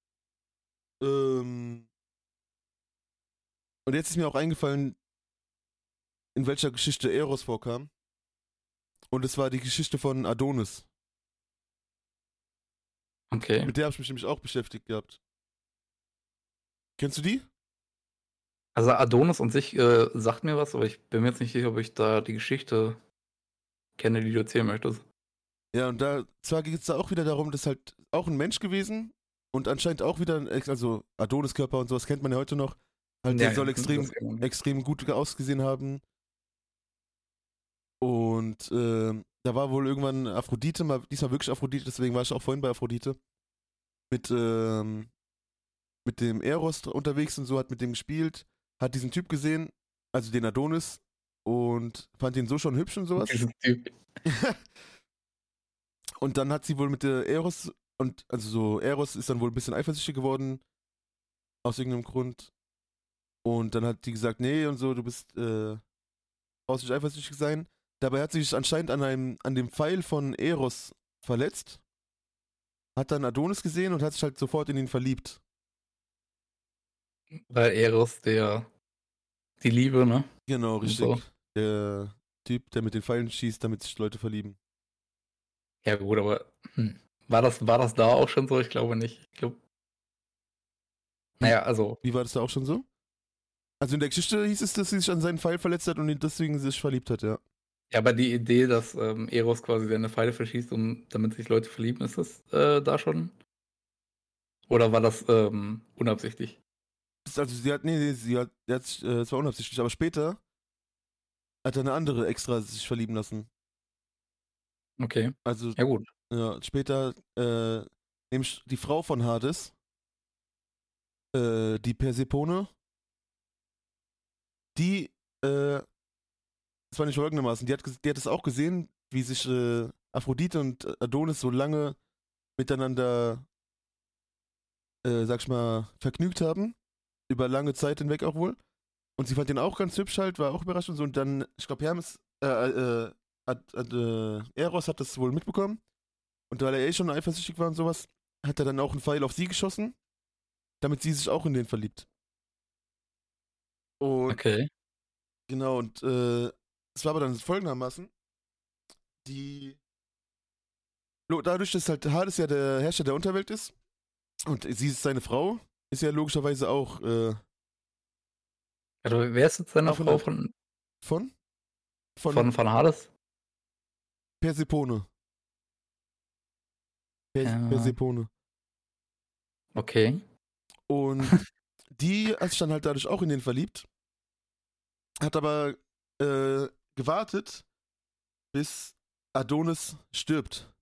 Ähm, und jetzt ist mir auch eingefallen, in welcher Geschichte Eros vorkam. Und es war die Geschichte von Adonis.
Okay.
Mit der habe ich mich nämlich auch beschäftigt gehabt. Kennst du die?
Also Adonis an sich äh, sagt mir was, aber ich bin mir jetzt nicht sicher, ob ich da die Geschichte kenne, die du erzählen möchtest.
Ja, und da, zwar geht es da auch wieder darum, dass halt auch ein Mensch gewesen und anscheinend auch wieder, ein, Ex- also Adoniskörper und sowas kennt man ja heute noch. Halt, der
Ja,
soll
ja, das
extrem,
irgendwann.
extrem gut ausgesehen haben. Und ähm, da war wohl irgendwann Aphrodite, mal, diesmal wirklich Aphrodite, deswegen war ich auch vorhin bei Aphrodite, mit, ähm, mit dem Eros unterwegs und so, hat mit dem gespielt, hat diesen Typ gesehen, also den Adonis, und fand ihn so schon hübsch und sowas.
Dieses Typ.
Und dann hat sie wohl mit der Eros, und also so, Eros ist dann wohl ein bisschen eifersüchtig geworden, aus irgendeinem Grund. Und dann hat die gesagt, nee und so, du bist, äh, brauchst nicht eifersüchtig sein. Dabei hat sie sich anscheinend an einem, an dem Pfeil von Eros verletzt, hat dann Adonis gesehen und hat sich halt sofort in ihn verliebt.
Weil Eros, der, die Liebe, ne?
Genau,
Und
richtig.
so.
Der Typ, der mit den Pfeilen schießt, damit sich Leute verlieben.
Ja gut, aber hm. war das, war das da auch schon so? Ich glaube nicht. Ich glaube,
Wie,
naja, also,
wie war das da auch schon so? Also in der Geschichte hieß es, dass sie sich an seinen Pfeil verletzt hat und ihn deswegen sich verliebt hat, ja.
ja, aber die Idee, dass ähm, Eros quasi seine Pfeile verschießt, um, damit sich Leute verlieben, ist das äh, da schon? Oder war das ähm, unabsichtlich?
Das- Also sie hat, nee, nee, sie hat, sie hat sich, äh, es war unabsichtlich, aber später hat eine andere extra sich verlieben lassen.
Okay,
Also,
ja gut.
ja, später, äh, nämlich die Frau von Hades, äh, die Persephone, die, äh, das war nicht folgendermaßen, die hat, ges- die hat es auch gesehen, wie sich äh, Aphrodite und Adonis so lange miteinander, äh, sag ich mal, vergnügt haben. Über lange Zeit hinweg auch wohl. Und sie fand den auch ganz hübsch halt, war auch überrascht und so. Und dann, ich glaube, Hermes, äh, äh, hat, hat, äh, Eros hat das wohl mitbekommen. Und weil er eh schon eifersüchtig war und sowas, hat er dann auch einen Pfeil auf sie geschossen, damit sie sich auch in den verliebt. Und
Okay.
genau, und äh, es war aber dann folgendermaßen, die, dadurch, dass halt Hades ja der Herrscher der Unterwelt ist und sie ist seine Frau, ist ja logischerweise auch äh,
Also, wer ist jetzt seine
auch von
Frau
der,
von,
von? Von
von, von Hades?
Persephone. Pers
Äh,
Persephone.
okay.
Und die hat sich dann halt dadurch auch in den verliebt. hat aber äh, gewartet, bis Adonis stirbt.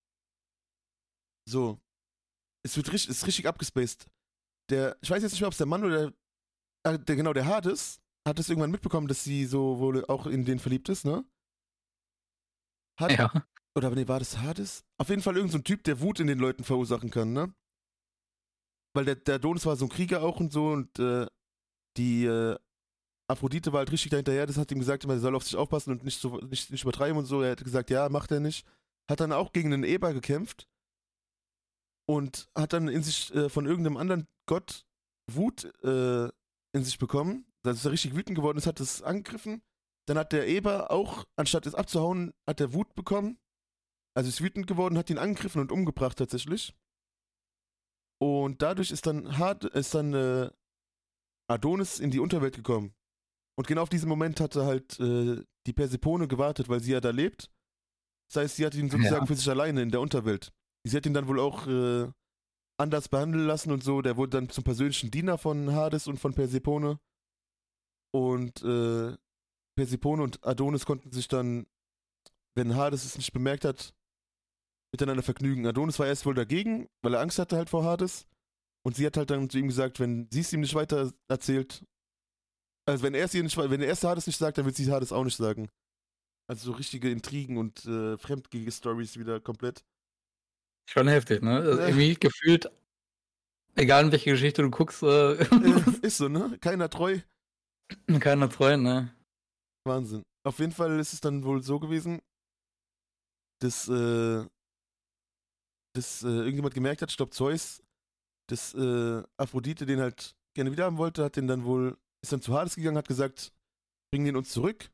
So. Es wird richtig, ist richtig abgespaced. Der, ich weiß jetzt nicht mehr, ob es der Mann oder der, ah, der genau, der Hades hat es irgendwann mitbekommen, dass sie so wohl auch in den verliebt ist, ne? Hat,
Ja.
oder nee, war das Hades? Auf jeden Fall irgend so ein Typ, der Wut in den Leuten verursachen kann, ne? Weil der, der Adonis war so ein Krieger auch und so und äh, die äh, Aphrodite war halt richtig dahinterher, das hat ihm gesagt, immer, er soll auf sich aufpassen und nicht, so, nicht, nicht übertreiben und so. Er hat gesagt, ja, macht er nicht. Hat dann auch gegen einen Eber gekämpft und hat dann in sich äh, von irgendeinem anderen Gott Wut äh, in sich bekommen. Da ist er richtig wütend geworden ist, hat es angegriffen. Dann hat der Eber auch, anstatt es abzuhauen, hat er Wut bekommen. Also ist wütend geworden, hat ihn angegriffen und umgebracht tatsächlich. Und dadurch ist dann, hart, ist dann äh, Adonis in die Unterwelt gekommen. Und genau auf diesen Moment hatte halt äh, die Persepone gewartet, weil sie ja da lebt. Das heißt, sie hat ihn sozusagen
Ja.
für sich alleine in der Unterwelt. Sie hat ihn dann wohl auch äh, anders behandeln lassen und so. Der wurde dann zum persönlichen Diener von Hades und von Persepone. Und äh, Persepone und Adonis konnten sich dann, wenn Hades es nicht bemerkt hat, miteinander vergnügen. Adonis war erst wohl dagegen, weil er Angst hatte halt vor Hades. Und sie hat halt dann zu ihm gesagt, wenn sie es ihm nicht weiter erzählt, also wenn er es ihr nicht, wenn er erst Hades nicht sagt, dann wird sie Hades auch nicht sagen. Also so richtige Intrigen und äh, fremdgehige Stories wieder komplett.
Schon heftig, ne? Also
Äh,
irgendwie gefühlt, egal in welche Geschichte du guckst, äh,
äh, ist so, ne? Keiner treu.
keiner treu, ne?
Wahnsinn. Auf jeden Fall ist es dann wohl so gewesen, dass, äh, dass äh, irgendjemand gemerkt hat, ich glaube Zeus, dass äh, Aphrodite den halt gerne wiederhaben wollte, hat den dann wohl, ist dann zu Hades gegangen, hat gesagt, bring den uns zurück.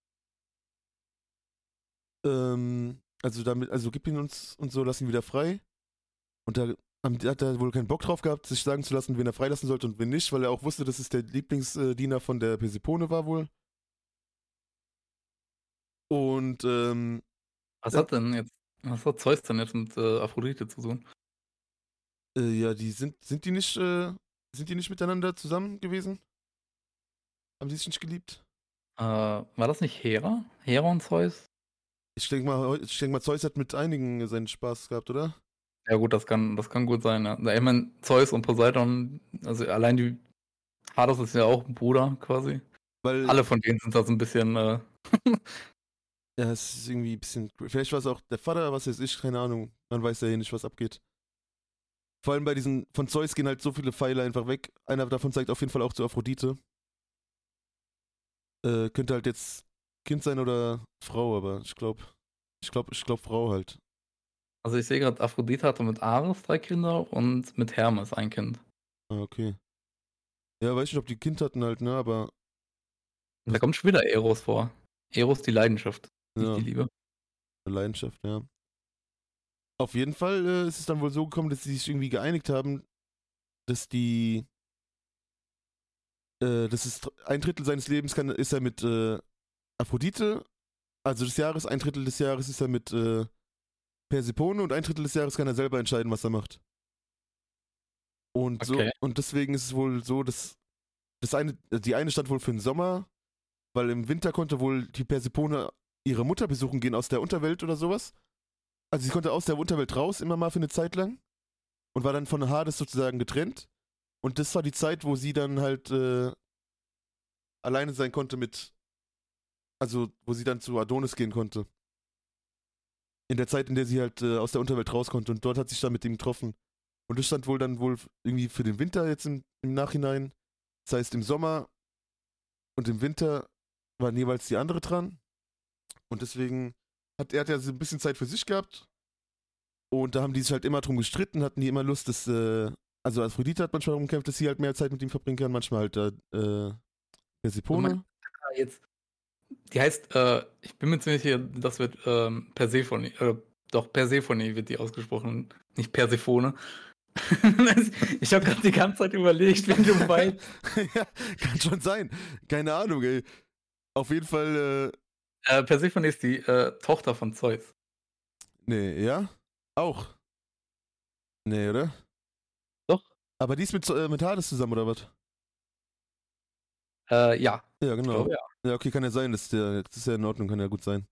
Ähm, also damit, also gib ihn uns und so, lass ihn wieder frei. Und da haben- hat er wohl keinen Bock drauf gehabt, sich sagen zu lassen, wen er freilassen sollte und wen nicht, weil er auch wusste, dass es der Lieblingsdiener von der Persepone war wohl. Und ähm,
Was
dann,
hat denn jetzt, was hat Zeus denn jetzt mit äh, Aphrodite zu tun?
äh, ja, die sind, sind die nicht, äh, sind die nicht miteinander zusammen gewesen? Haben die sich nicht geliebt?
Äh, war das nicht Hera? Hera und Zeus?
Ich denke mal, ich denk mal, Zeus hat mit einigen seinen Spaß gehabt, oder?
Ja gut, das kann, das kann gut sein, ja. Ich meine, Zeus und Poseidon, also allein die Hades ist ja auch ein Bruder quasi.
Weil,
Alle von denen sind da so ein bisschen, äh,
ja, es ist irgendwie ein bisschen, vielleicht war es auch der Vater, was weiß ich, keine Ahnung. Man weiß ja hier nicht, was abgeht. Vor allem bei diesen, von Zeus gehen halt so viele Pfeile einfach weg. Einer davon zeigt auf jeden Fall auch zu Aphrodite. Äh, könnte halt jetzt Kind sein oder Frau, aber ich glaube, ich glaube, ich glaube Frau halt.
also ich sehe gerade, Aphrodite hatte mit Ares drei Kinder und mit Hermes ein Kind.
Ah, okay. Ja, weiß nicht, ob die Kind hatten halt, ne, aber
Und da
das,
kommt schon wieder Eros vor. Eros die Leidenschaft, nicht die
ja,
Liebe.
eine Leidenschaft, ja. Auf jeden Fall äh, ist es dann wohl so gekommen, dass sie sich irgendwie geeinigt haben, dass die, äh, das ist ein Drittel seines Lebens kann, ist er mit äh, Aphrodite, also des Jahres, ein Drittel des Jahres ist er mit äh, Persepone und ein Drittel des Jahres kann er selber entscheiden, was er macht. Und so,
Okay.
und deswegen ist es wohl so, dass das eine, die eine stand wohl für den Sommer, weil im Winter konnte wohl die Persepone ihre Mutter besuchen gehen aus der Unterwelt oder sowas. Also sie konnte aus der Unterwelt raus, immer mal für eine Zeit lang. Und war dann von Hades sozusagen getrennt. Und das war die Zeit, wo sie dann halt äh, alleine sein konnte mit, also wo sie dann zu Adonis gehen konnte. In der Zeit, in der sie halt äh, aus der Unterwelt raus konnte. Und dort hat sie sich dann mit ihm getroffen. Und das stand wohl dann wohl irgendwie für den Winter jetzt im, im Nachhinein. Das heißt, im Sommer und im Winter waren jeweils die andere dran. Und deswegen hat er hat ja so ein bisschen Zeit für sich gehabt. Und da haben die sich halt immer drum gestritten, hatten die immer Lust, dass, äh, also Aphrodite hat manchmal darum gekämpft, dass sie halt mehr Zeit mit ihm verbringen kann, manchmal halt äh, äh,
So mein,
Persepone.
jetzt, die heißt, äh, ich bin mir ziemlich sicher, das wird ähm, Persephone, äh, doch Persephone wird die ausgesprochen, nicht Persephone. Ich habe gerade die ganze Zeit überlegt, wenn du meinst.
Ja, kann schon sein. Keine Ahnung, ey. Auf jeden Fall,
Äh, Persephone ist die äh, Tochter von Zeus.
äh, nee, ja? Auch. Nee, oder?
Doch?
Aber die ist mit, äh, mit Hades zusammen, oder was?
Äh, ja,
Ja,
ich
genau.
glaube ja.
Ja, okay, kann ja sein, das ist ja, das ist ja in Ordnung, kann ja gut sein.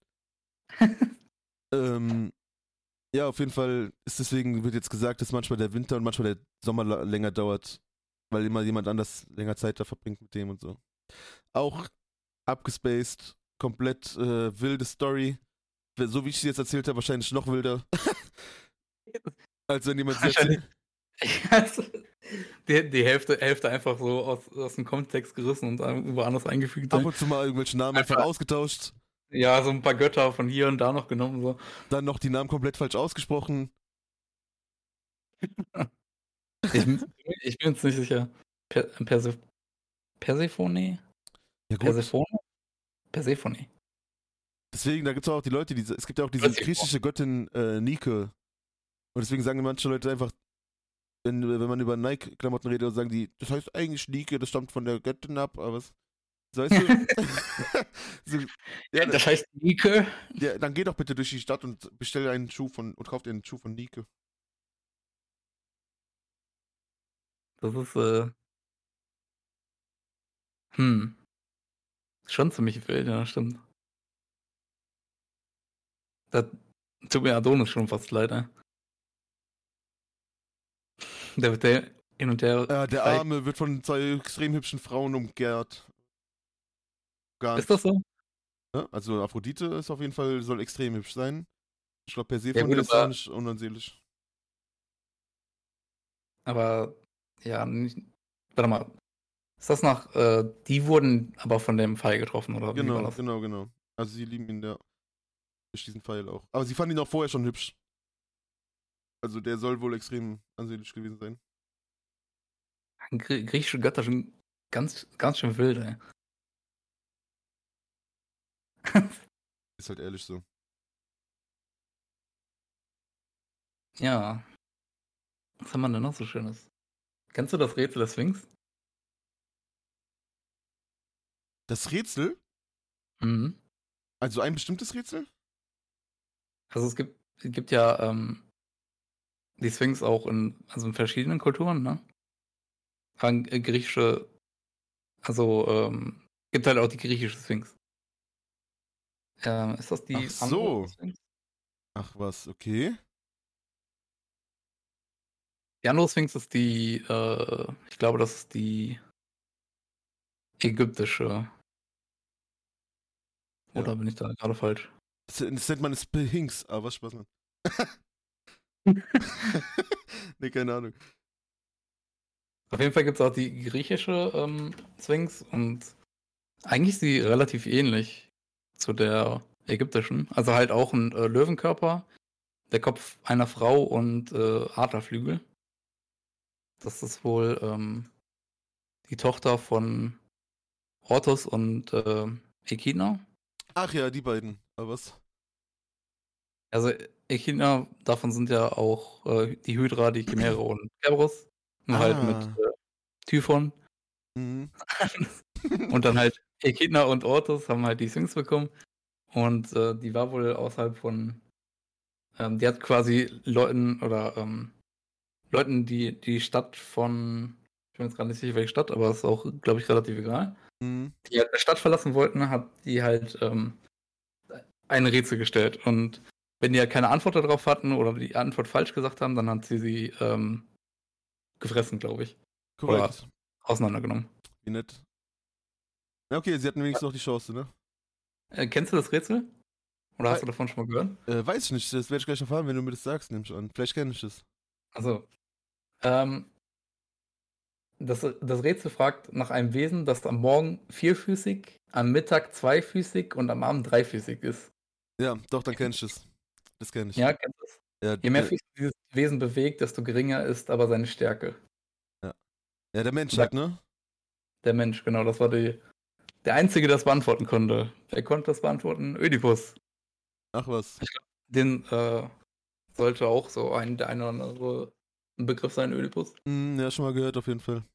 ähm, ja, auf jeden Fall ist deswegen, wird jetzt gesagt, dass manchmal der Winter und manchmal der Sommer la- länger dauert, weil immer jemand anders länger Zeit da verbringt mit dem und so. Auch abgespaced, komplett äh, wilde Story. So wie ich sie jetzt erzählt habe, wahrscheinlich noch wilder. Als wenn jemand sie
Wahrscheinlich.
erzählt.
Also, die, die Hälfte, Hälfte einfach so aus, aus dem Kontext gerissen und irgendwo anders eingefügt.
Ab und zu mal irgendwelche Namen einfach,
Einfach-
ausgetauscht.
Ja, so ein paar Götter von hier und da noch genommen. So.
Dann noch die Namen komplett falsch ausgesprochen.
Ich, ich bin jetzt nicht sicher. Per, Perse, Persephone?
Ja gut.
Persephone? Persephone.
Deswegen, da gibt es auch die Leute, die, es gibt ja auch diese
Persephone.
griechische Göttin äh, Nike. Und deswegen sagen manche Leute einfach, wenn, wenn man über Nike-Klamotten redet, sagen die, das heißt eigentlich Nike, das stammt von der Göttin ab, aber was? So, weißt du? so, ja,
Das heißt Nike.
ja, dann geh doch bitte durch die Stadt und bestell einen Schuh von und kauf dir einen Schuh von Nike.
Das ist, äh. Hm. Schon ziemlich wild, ja, stimmt. Da tut mir Adonis schon fast leid, ey. Der wird der hin und her.
Ja, der
gezeigt.
Arme wird von zwei extrem hübschen Frauen umgehrt. Gar
Ist das so?
Ja, also Aphrodite ist auf jeden Fall, soll extrem hübsch sein. Ich glaube,
Ja,
Persephone
gut,
ist auch
aber,
nicht unansehlich.
aber ja, nicht, warte mal. Ist das nach, äh, die wurden aber von dem Pfeil getroffen, oder wie war
Genau,
das?
genau, genau. Also sie lieben ihn ja durch diesen Pfeil auch. Aber sie fanden ihn auch vorher schon hübsch. Also der soll wohl extrem ansehnlich gewesen sein.
Grie griechische Götter sind ganz, ganz schön wild, ey.
Ist halt ehrlich so.
Ja. Was haben wir denn noch so Schönes? Kennst du das Rätsel des Sphinx?
Das Rätsel?
Mhm.
Also ein bestimmtes Rätsel?
Also es gibt, es gibt ja ähm, die Sphinx auch in, also in verschiedenen Kulturen, ne? An, äh, griechische, also ähm, gibt halt auch die griechische Sphinx. Ähm, ist das die
Ach
andere
so.
Sphinx?
Ach was, okay.
Die andere Sphinx ist die, äh, ich glaube, das ist die ägyptische. Oder
Ja.
bin ich da gerade falsch?
Das, das nennt man Sphinx. Ah, was Spaß, Mann. Nee, keine Ahnung.
Auf jeden Fall gibt es auch die griechische ähm, Sphinx und eigentlich ist sie relativ ähnlich zu der ägyptischen. Also halt auch ein äh, Löwenkörper, der Kopf einer Frau und äh, Adlerflügel. Das ist wohl ähm, die Tochter von Orthos und äh, Echidna.
Ach ja, die beiden. Aber was?
Also Echidna, davon sind ja auch äh, die Hydra, die Chimäre und Cerberus. Nur halt mit
Ah.
äh, Typhon.
Mhm.
Und dann halt Echidna und Orthos haben halt die Sphinx bekommen. Und äh, die war wohl außerhalb von. Ähm, die hat quasi Leuten oder ähm, Leuten, die die Stadt von. Ich bin jetzt gerade nicht sicher, welche Stadt, aber ist auch, glaube ich, relativ egal.
Mhm.
Die halt eine Stadt verlassen wollten, hat die halt ähm, ein Rätsel gestellt. Und wenn die halt keine Antwort darauf hatten oder die Antwort falsch gesagt haben, dann hat sie sie ähm, gefressen, glaube ich.
Korrekt.
Oder auseinandergenommen.
Wie nett. Ja, okay, sie hatten wenigstens noch die Chance, ne?
Äh, kennst du das Rätsel? Oder hast
Wei-
du davon schon mal gehört?
Äh, weiß ich nicht, das werde ich gleich erfahren, wenn du mir das sagst, nehme ich an. Vielleicht kenne ich das.
Also, ähm, das, das Rätsel fragt nach einem Wesen, das am Morgen vierfüßig, am Mittag zweifüßig und am Abend dreifüßig ist.
Ja, doch, dann kenne ich das. Das kenne ich.
Ja, kennst du das?
Ja,
Je mehr
der,
Füße dieses Wesen bewegt, desto geringer ist aber seine Stärke.
ja. ja, der Mensch
Sagt
halt, ne?
der Mensch, genau, das war die, der Einzige, der das beantworten konnte. Wer konnte das beantworten? Ödipus.
Ach was.
Den äh, sollte auch so ein, der eine oder andere ein Begriff sein, Ödipus.
Hm, ja, schon mal gehört, auf jeden Fall.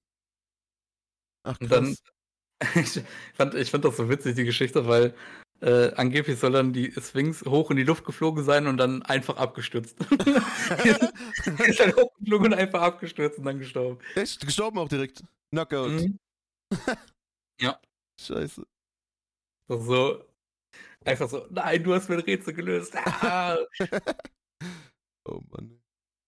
Ach,
Und dann,
krass.
ich fand, ich fand das so witzig, die Geschichte, weil äh, angeblich soll dann die Sphinx hoch in die Luft geflogen sein und dann einfach abgestürzt. Die ist halt hochgeflogen und einfach abgestürzt und dann gestorben.
Echt? Gestorben auch direkt. Knockout.
Mhm. Ja.
Scheiße.
So, einfach so, nein, du hast mein Rätsel gelöst. Ah!
Oh Mann.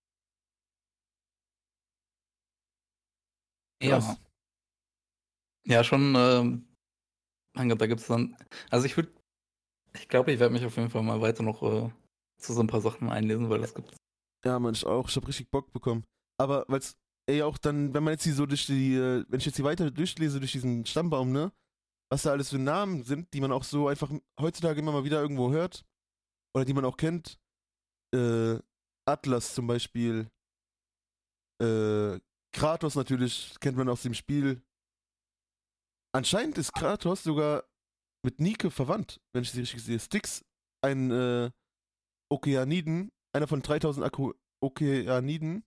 Ja.
Krass.
Ja, schon, ähm, mein Gott, da gibt's dann. Also ich würde, ich glaube, ich werde mich auf jeden Fall mal weiter noch äh, zu so ein paar Sachen einlesen, weil das gibt's.
Ja, Mann, ich auch. Ich hab richtig Bock bekommen. Aber weil's, ey, auch dann, wenn man jetzt hier so durch die, äh, wenn ich jetzt hier weiter durchlese durch diesen Stammbaum, ne? Was da alles für Namen sind, die man auch so einfach heutzutage immer mal wieder irgendwo hört. Oder die man auch kennt. Äh, Atlas zum Beispiel. Äh, Kratos natürlich, kennt man aus dem Spiel. Anscheinend ist Kratos sogar mit Nike verwandt, wenn ich sie richtig sehe. Styx, ein äh, Okeaniden, einer von dreitausend Aku Okeaniden.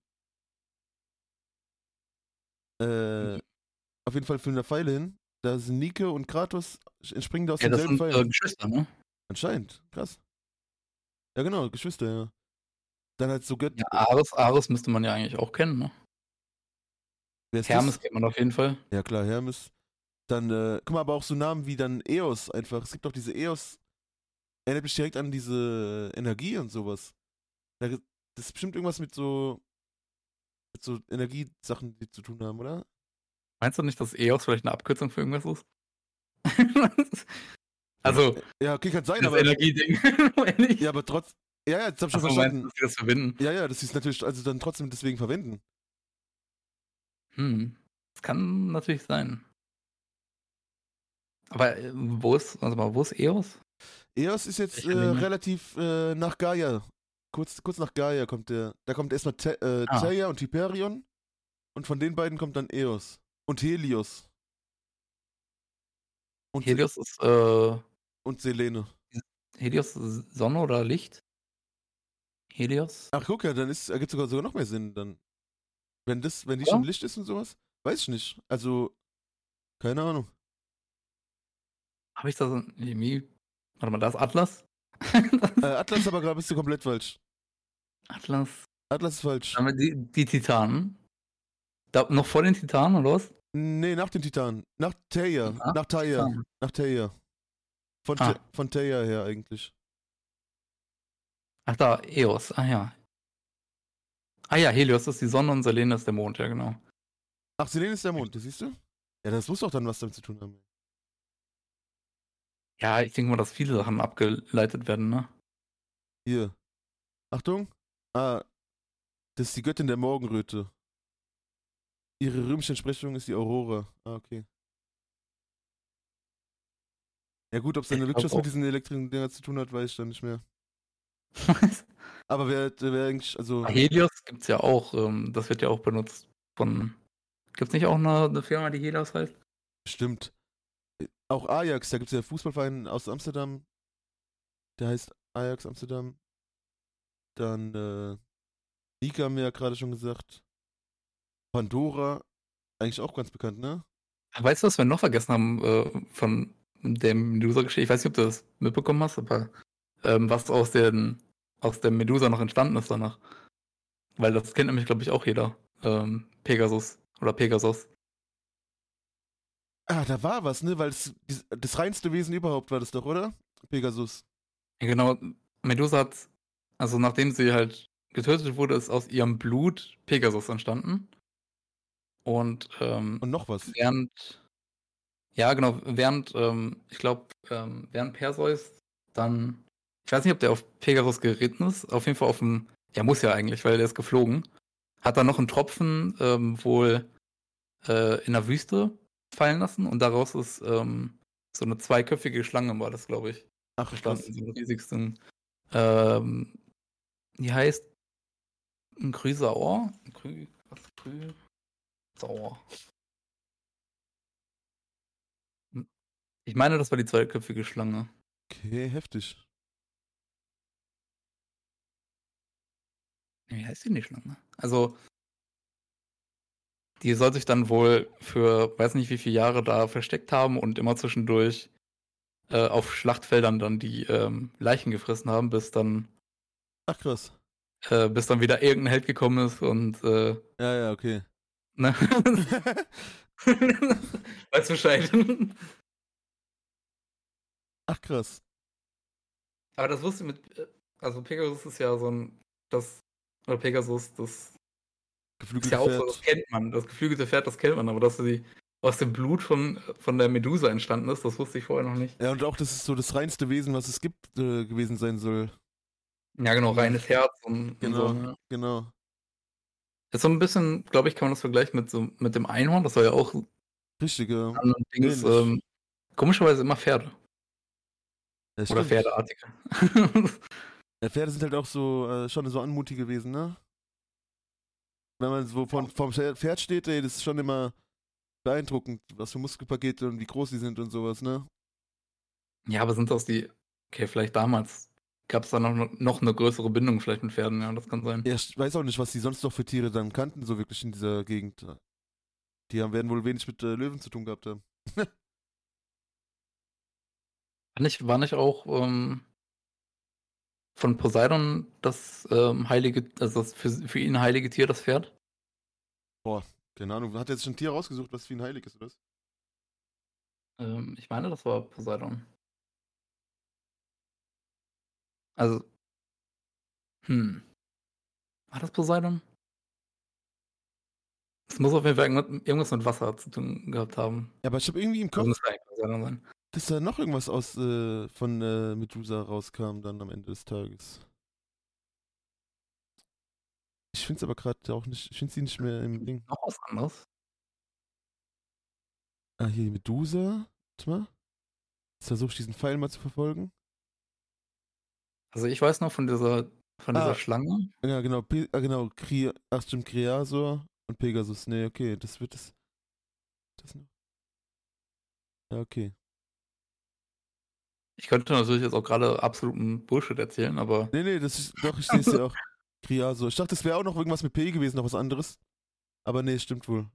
Äh, auf jeden Fall füllen da Pfeile hin. Da sind Nike und Kratos, entspringen da aus
Ja, das
denselben
sind äh,
Pfeilen.
Geschwister, ne?
Anscheinend, krass. Ja, genau, Geschwister, ja. Dann halt so Gött.
Ja, Ares, Ares müsste man ja eigentlich auch kennen, ne?
Wer ist
Hermes
das?
kennt man auf jeden Fall.
Ja, klar, Hermes. Dann, äh, guck mal, aber auch so Namen wie dann Eos einfach. Es gibt auch diese Eos, erinnert mich direkt an diese Energie und sowas. Da, das ist bestimmt irgendwas mit so, mit so Energiesachen, die zu tun haben, oder?
Meinst du nicht, dass E O S vielleicht eine Abkürzung für irgendwas ist?
Ja,
Also,
ja, okay, kann sein,
das
aber.
Energieding, meine ich.
Ja, aber trotz. Ja, ja, jetzt hab ich schon
Achso, meinst du,
verstanden.
dass sie das verbinden?
Ja, ja, dass sie es natürlich also dann trotzdem deswegen verwenden.
Hm. Das kann natürlich sein. Aber äh, wo ist, also mal, wo ist E O S?
Eos ist jetzt äh,
Welche Linie?
relativ äh, nach Gaia. Kurz, kurz nach Gaia kommt der. Da kommt erstmal Te äh,
Ah,
Theia und Hyperion. Und von den beiden kommt dann Eos. Und Helios. Und, Se
Helios ist, äh,
und Selene.
Helios ist Sonne oder Licht? Helios?
Ach, guck ja, dann ist, ergibt sogar, sogar noch mehr Sinn. Dann, wenn das, wenn die schon
Oder?
Licht ist und sowas, weiß ich nicht. Also, keine Ahnung.
Habe ich das irgendwie. Warte mal, da ist Atlas.
Äh, Atlas aber, glaube ich, bist du komplett falsch.
Atlas.
Atlas ist falsch.
Haben wir die, die Titanen. Da, noch vor den Titanen, oder was?
Nee, nach den Titanen. Nach Theia.
Nach
Nach Theia.
Titanen.
Nach Theia. Von, The
Ah,
von Theia her eigentlich.
ach da, Eos. Ah ja. Ah ja, Helios ist die Sonne und Selene ist der Mond, ja genau.
Ach, Selene ist der Mond, das siehst du? Ja, das muss doch dann was damit zu tun haben.
Ja, ich denke mal, dass viele Sachen abgeleitet werden, ne?
Hier. Achtung. Ah, das ist die Göttin der Morgenröte. Ihre römische Entsprechung ist die Aurora. Ah, okay. Ja gut, ob es dann
Ich
wirklich
glaube
was mit
auch.
diesen elektrischen Dinger zu tun hat, weiß ich dann nicht mehr. Aber wer, wer eigentlich, also,
Helios gibt's ja auch, ähm, das wird ja auch benutzt von. Gibt's nicht auch eine, eine Firma, die Helios heißt?
stimmt. Auch Ajax, da gibt es ja einen Fußballverein aus Amsterdam, der heißt Ajax Amsterdam. Dann, äh, Nika haben wir ja gerade schon gesagt. Pandora, eigentlich auch ganz bekannt, ne?
Weißt du, was wir noch vergessen haben äh, von dem Medusa-Geschichte? Ich weiß nicht, ob du das mitbekommen hast, aber ähm, was aus, den, aus der Medusa noch entstanden ist danach. Weil das kennt nämlich, glaube ich, auch jeder. Ähm, Pegasus oder Pegasus.
Ah, da war was, ne? Weil das, das, das reinste Wesen überhaupt war das doch, oder? Pegasus.
Ja, genau, Medusa hat, also nachdem sie halt getötet wurde, ist aus ihrem Blut Pegasus entstanden. Und ähm,
Und noch was.
während, ja genau, während, ähm, ich glaube, ähm, während Perseus dann, ich weiß nicht, ob der auf Pegasus geritten ist, auf jeden Fall auf dem, ja muss ja eigentlich, weil der ist geflogen, hat dann noch einen Tropfen ähm, wohl äh, in der Wüste fallen lassen und daraus ist ähm, so eine zweiköpfige Schlange, war das, glaube ich,
Ach,
entstanden,
krass.
so eine riesigsten, ähm, die heißt ein Krüsaor, Krü, was, Krüsaor. Ich meine, das war die zweiköpfige Schlange.
Okay, heftig.
Wie heißt die die Schlange? Also, die soll sich dann wohl für weiß nicht wie viele Jahre da versteckt haben und immer zwischendurch äh, auf Schlachtfeldern dann die ähm, Leichen gefressen haben, bis dann
Ach, krass.
äh, bis dann wieder irgendein Held gekommen ist und äh,
Ja, ja, okay.
ne? Weißt du Bescheid?
Ach krass.
Aber das wusste ich mit, äh, also Pegasus ist ja so ein, das, oder Pegasus, das ist
Geflügelte
ja auch so, das
Pferd.
kennt man, das geflügelte Pferd, das kennt man, aber dass sie aus dem Blut von, von der Medusa entstanden ist, das wusste ich vorher noch nicht.
Ja, und auch, dass es so das reinste Wesen, was es gibt, äh, gewesen sein soll.
Ja, genau,
In der,
reines Herz und, und so,
genau,
ne?
genau.
Ist so ein bisschen, glaube ich, kann man das vergleichen mit so mit dem Einhorn, das war ja auch
Richtige,
an Dings,
ähnlich.
ähm, komischerweise immer Pferde
Das
oder
stimmt.
Pferdeartige.
Ja, Pferde sind halt auch so, äh, schon so anmutige gewesen, ne? Wenn man so von, vom Pferd steht, ey, das ist schon immer beeindruckend, was für Muskelpakete und wie groß die sind und sowas, ne?
Ja, aber sind das die, okay, vielleicht damals gab es da noch, noch eine größere Bindung vielleicht mit Pferden, ja, das kann sein.
Ja, ich weiß auch nicht, was die sonst noch für Tiere dann kannten, so wirklich in dieser Gegend. Die haben, werden wohl wenig mit äh, Löwen zu tun gehabt haben.
War nicht, war nicht auch ähm, von Poseidon das ähm, heilige, also das für, für ihn heilige Tier, das Pferd?
Boah, keine Ahnung. Hat er jetzt schon ein Tier rausgesucht, was für ihn heilig ist, oder was?
Ähm, ich meine, das war Poseidon. Also, hm, war das Poseidon? Es muss auf jeden Fall irgendwas irgendwas mit Wasser zu tun gehabt haben.
Ja, aber ich habe irgendwie im
Also
Kopf,
müsste eigentlich Poseidon sein.
dass da noch irgendwas aus äh, von äh, Medusa rauskam dann am Ende des Tages. Ich finde es aber gerade auch nicht, ich finde sie nicht mehr im Ding.
Noch was anderes?
Ah, hier Medusa. Warte mal. Jetzt versuche ich diesen Pfeil mal zu verfolgen.
Also ich weiß noch von dieser, von dieser
Ah,
Schlange.
ja, genau. Pe ah, genau. Kri Ach, stimmt. Kreasor und Pegasus. Nee, okay. Das wird das. Das noch. Ja, okay.
Ich könnte natürlich jetzt auch gerade absoluten Bullshit erzählen, aber
Nee, nee, das ist. Doch, ich sehe es ja auch. Kreasor. Ich dachte, das wäre auch noch irgendwas mit P gewesen, noch was anderes. Aber nee, stimmt wohl.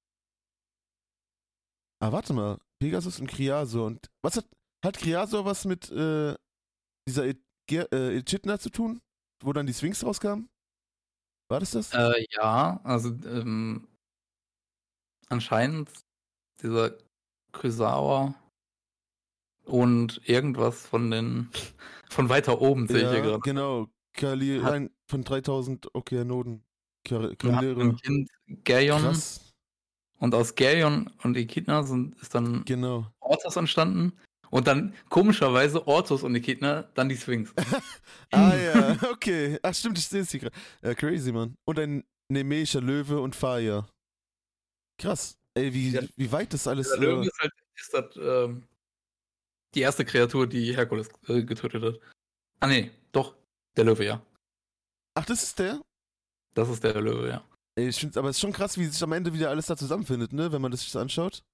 Ah, warte mal. Pegasus und Kreasor. Und was hat. Hat Kreasor was mit äh, dieser E- Ge äh, Echidna zu tun? Wo dann die Sphinx rauskam? War das das?
äh, ja, also ähm, anscheinend dieser Chrysaor und irgendwas von den von weiter oben sehe ich hier
Ja,
gerade.
genau. Kali,
Hat
ein von dreitausend Okeanoden. Kal
wir hatten ein
Kalere.
Kind Geryon
Krass.
und aus Geryon und Echidna sind, ist dann
Genau.
Orthos entstanden und dann komischerweise Orthos und Echidna dann die Sphinx.
Ah ja, okay. Ach stimmt, ich sehe es hier gerade. Ja, crazy, Mann. Und ein nemeischer Löwe und Faya. Krass. Ey,
Ja,
wie, wie weit das alles.
dieser Löwe
Äh...
ist halt ist das, ähm, die erste Kreatur, die Herkules äh, getötet hat. Ah nee, doch, der Löwe, ja.
Ach, das ist der?
Das ist der Löwe, ja.
Ey, ich find's, aber es ist schon krass, wie sich am Ende wieder alles da zusammenfindet, ne? Wenn man das sich so anschaut.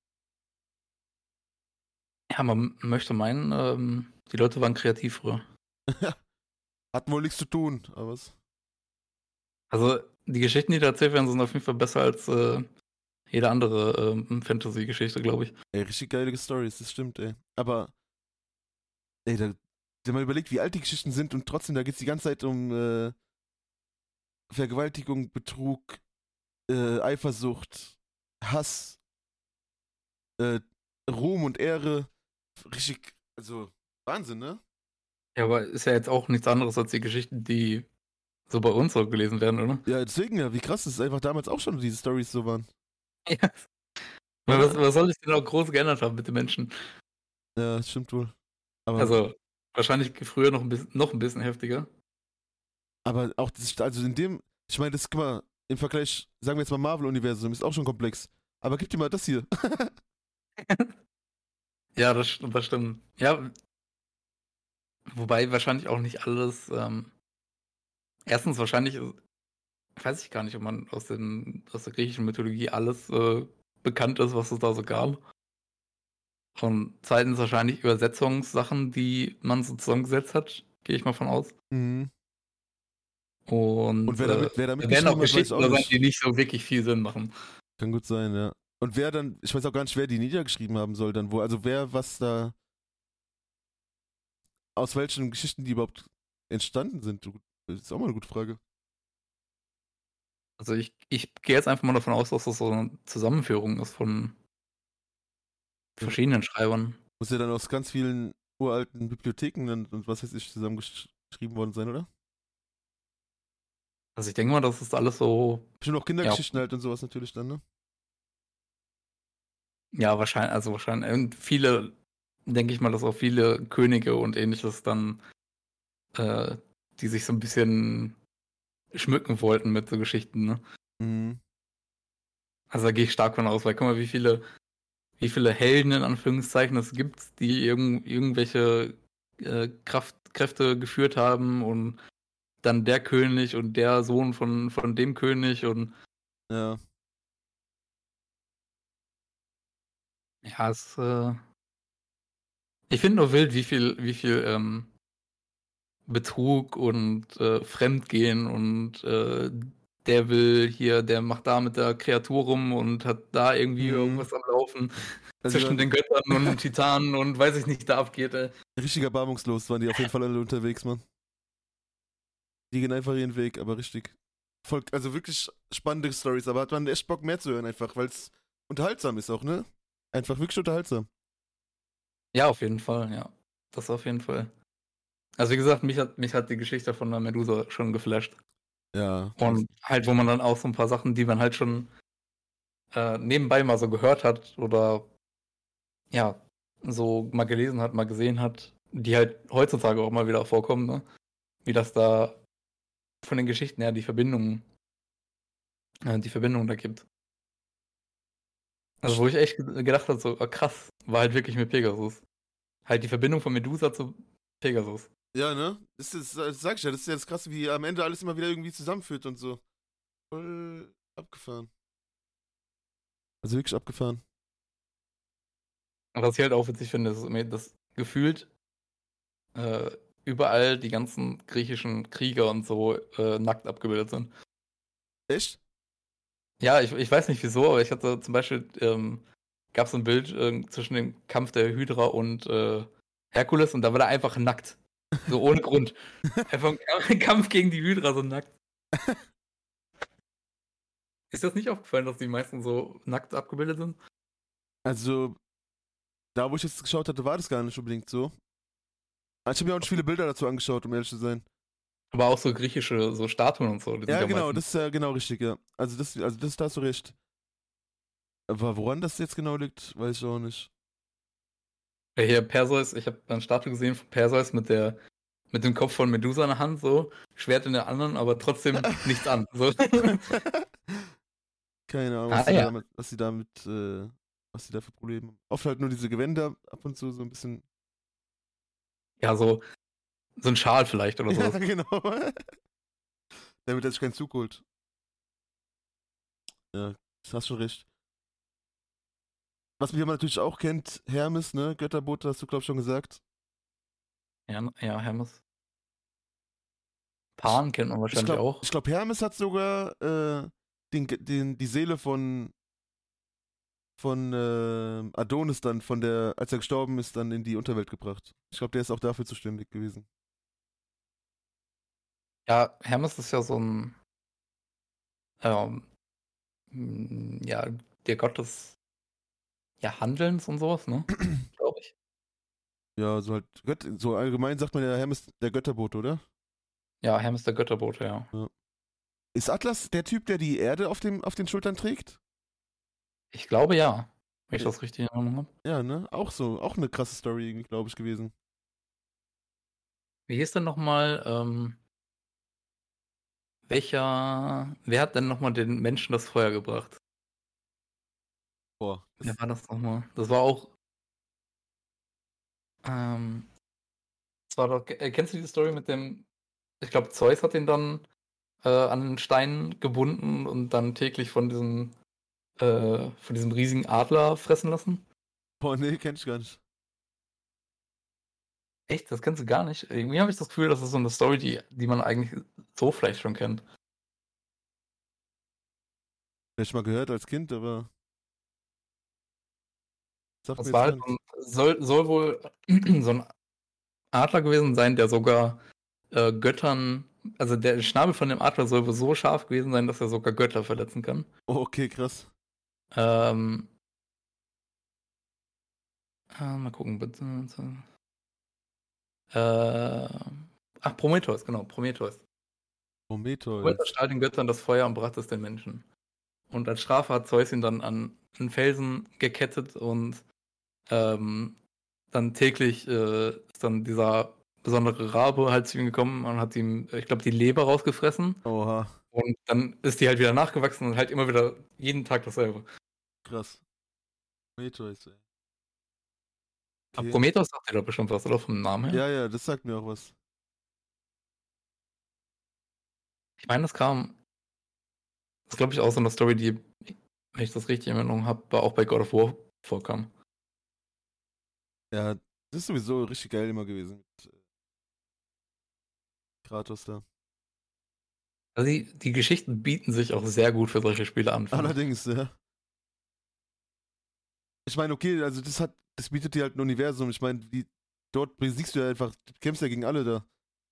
Ja, man möchte meinen, ähm, die Leute waren kreativ früher.
Hat wohl nichts zu tun, aber was.
Also die Geschichten, die da erzählt werden, sind auf jeden Fall besser als äh, jede andere ähm, Fantasy-Geschichte, glaube ich.
Ey, richtig geile Stories, das stimmt, ey. Aber, ey, da, wenn man überlegt, wie alt die Geschichten sind und trotzdem, da geht's die ganze Zeit um äh, Vergewaltigung, Betrug, äh, Eifersucht, Hass, äh, Ruhm und Ehre. Richtig, also Wahnsinn, ne?
Ja, aber ist ja jetzt auch nichts anderes als die Geschichten, die so bei uns so gelesen werden, oder?
Ja, deswegen ja, wie krass, dass es einfach damals auch schon diese Stories so waren,
Ja. Was,
oder?
was soll ich denn auch groß geändert haben mit den Menschen?
Ja, das stimmt wohl. Aber,
Also wahrscheinlich früher noch ein bisschen, noch ein bisschen heftiger.
aber auch, das, also in dem, ich meine, das, guck mal, im Vergleich, sagen wir jetzt mal Marvel-Universum, ist auch schon komplex. Aber gib dir mal das hier.
Ja, das, das stimmt. Ja, wobei wahrscheinlich auch nicht alles. Ähm, erstens wahrscheinlich, ist- weiß ich gar nicht, ob man aus, dem, aus der griechischen Mythologie alles äh, bekannt ist, was es da so gab. Und zweitens wahrscheinlich Übersetzungssachen, die man so zusammengesetzt hat, gehe ich mal von aus.
Mhm. Und
Und
wer
äh,
damit, wer da
da werden auch
mitgeschrieben hat, weiß ich
Geschichten
auch
da sein, die
nicht.
nicht so wirklich viel Sinn machen.
Kann gut sein, ja. Und wer dann, ich weiß auch gar nicht, wer die niedergeschrieben haben soll dann, wo, also wer was da, aus welchen Geschichten die überhaupt entstanden sind. Du- Das ist auch mal eine gute Frage.
Also ich, ich gehe jetzt einfach mal davon aus, dass das so eine Zusammenführung ist von
Ja,
verschiedenen Schreibern.
muss ja dann aus ganz vielen uralten Bibliotheken und, und was weiß ich zusammengeschrieben worden sein, oder?
Also ich denke mal, das ist alles so,
Bestimmt auch
ja,
Kindergeschichten halt und sowas natürlich dann, ne?
ja, wahrscheinlich, also wahrscheinlich, und viele, denke ich mal, dass auch viele Könige und ähnliches dann, äh, die sich so ein bisschen schmücken wollten mit so Geschichten, ne?
Mhm.
Also da gehe ich stark von aus, weil guck mal, wie viele, wie viele Helden in Anführungszeichen es gibt, die irgend, irgendwelche äh, Kraft, Kräfte geführt haben und dann der König und der Sohn von, von dem König und
Ja.
ja, es, äh, ich finde nur wild, wie viel, wie viel ähm, Betrug und äh, Fremdgehen und äh, der will hier, der macht da mit der Kreatur rum und hat da irgendwie
Mhm.
irgendwas am Laufen
Also die
zwischen
waren
den Göttern und den Titanen und weiß ich nicht, da abgeht. Ey.
richtig erbarmungslos, waren die auf jeden Fall alle unterwegs, Mann. Die gehen einfach ihren Weg, aber richtig. Voll, also wirklich spannende Stories, aber hat man echt Bock mehr zu hören einfach, weil es unterhaltsam ist auch, ne? Einfach wirklich unterhaltsam.
Ja, auf jeden Fall, ja. Das auf jeden Fall. Also wie gesagt, mich hat, mich hat die Geschichte von der Medusa schon geflasht.
Ja.
Und halt, wo man dann auch so ein paar Sachen, die man halt schon äh, nebenbei mal so gehört hat oder ja, so mal gelesen hat, mal gesehen hat, die halt heutzutage auch mal wieder vorkommen, ne? Wie das da von den Geschichten her die Verbindung, äh, die Verbindung da gibt. Also wo ich echt ge- gedacht habe, so oh, krass, war halt wirklich mit Pegasus. Halt die Verbindung von Medusa zu Pegasus.
Ja, ne? Das ist, das sag ich ja, das ist ja das Krasse, wie am Ende alles immer wieder irgendwie zusammenführt und so. Voll abgefahren. Also wirklich abgefahren.
Und was ich halt auch witzig finde, ist, mir das gefühlt äh, überall die ganzen griechischen Krieger und so äh, nackt abgebildet sind.
Echt?
Ja, ich, ich weiß nicht wieso, aber ich hatte zum Beispiel, ähm, gab es ein Bild äh, zwischen dem Kampf der Hydra und äh, Herkules und da war er einfach nackt. So ohne Grund. Einfach ein Kampf gegen die Hydra so nackt. Ist das nicht aufgefallen, dass die meisten so nackt abgebildet sind?
Also, da wo ich jetzt geschaut hatte, war das gar nicht unbedingt so. Aber ich habe mir auch nicht viele Bilder dazu angeschaut, um ehrlich zu sein.
Aber auch so griechische, so Statuen und so, die sind
Ja,
ja
genau,
meistens.
das ist ja genau richtig, ja. Also das, also das, da hast du recht. Aber woran das jetzt genau liegt, weiß ich auch nicht.
Ja, hier Perseus, ich habe eine Statue gesehen von Perseus mit der mit dem Kopf von Medusa in der Hand, so, Schwert in der anderen, aber trotzdem nichts an. So.
Keine Ahnung, was
Ah
sie
ja.
damit, was sie damit, äh, was sie da für Probleme haben. Oft halt nur diese Gewänder ab und zu so ein bisschen.
Ja, so, so ein Schal vielleicht oder
Ja,
sowas.
genau. Damit er sich keinen Zug holt. Ja, das hast schon recht. Was man natürlich auch kennt, Hermes, ne? Götterbote, hast du, glaub ich, schon gesagt.
Ja, ja, Hermes.
Ich,
Pan kennt man
ich
wahrscheinlich
glaube,
auch.
ich glaub, Hermes hat sogar äh, den, den, die Seele von, von äh, Adonis dann, von der, als er gestorben ist, dann in die Unterwelt gebracht. Ich glaube, der ist auch dafür zuständig gewesen.
Ja, Hermes ist ja so ein, ähm, mm, ja, der Gott des ja, Handelns und sowas, ne? Glaube ich.
Ja, so halt, Gött so allgemein sagt man ja, Hermes der Götterbote, oder?
Ja, Hermes der Götterbote, ja.
Ja. Ist Atlas der Typ, der die Erde auf, dem, auf den Schultern trägt?
Ich glaube ja, wenn ich
Ja,
das richtig in Erinnerung habe.
ja, ne? Auch so, auch eine krasse Story, glaube ich, gewesen.
Wie hieß denn nochmal, ähm, welcher, wer hat denn nochmal den Menschen das Feuer gebracht?
Boah,
Wer
das,
war das nochmal? Das war auch, ähm, das war doch, äh, kennst du die Story mit dem, ich glaube, Zeus hat ihn dann äh, an den Stein gebunden und dann täglich von diesem, äh, von diesem riesigen Adler fressen lassen?
boah, nee, kenn ich gar nicht.
Echt? Das kennst du gar nicht? Irgendwie habe ich das Gefühl, das ist so eine Story, die, die man eigentlich so vielleicht schon kennt.
Vielleicht mal gehört als Kind, aber sagt mir
Das
jetzt
war
gar
halt, so
nichts.
ein- soll, soll wohl so ein Adler gewesen sein, der sogar äh, Göttern, also der Schnabel von dem Adler soll wohl so scharf gewesen sein, dass er sogar Götter verletzen kann.
Oh, okay, krass.
Ähm, äh, mal gucken, bitte. Äh, ach, Prometheus, genau, Prometheus.
Prometheus.
Prometheus stahl den Göttern das Feuer und brachte es den Menschen. Und als Strafe hat Zeus ihn dann an einen Felsen gekettet und ähm, dann täglich äh, ist dann dieser besondere Rabe halt zu ihm gekommen und hat ihm, ich glaube, die Leber rausgefressen.
Oha,
Und dann ist die halt wieder nachgewachsen und halt immer wieder jeden Tag dasselbe.
krass. Prometheus, ey.
Aber
Okay.
Prometheus sagt dir doch bestimmt was, oder? Vom Namen her.
Ja, ja, das sagt mir auch was.
Ich meine, das kam. Das ist, glaube ich, auch so eine Story, die, wenn ich das richtig in Erinnerung habe, auch bei God of War vorkam.
Ja, das ist sowieso richtig geil immer gewesen mit äh, Kratos da.
Also die, die Geschichten bieten sich auch sehr gut für solche Spiele an. finde ich.
Allerdings, ja. Ich meine, okay, also das hat, das bietet dir halt ein Universum. Ich meine, die, dort besiegst du ja einfach, du kämpfst ja gegen alle da.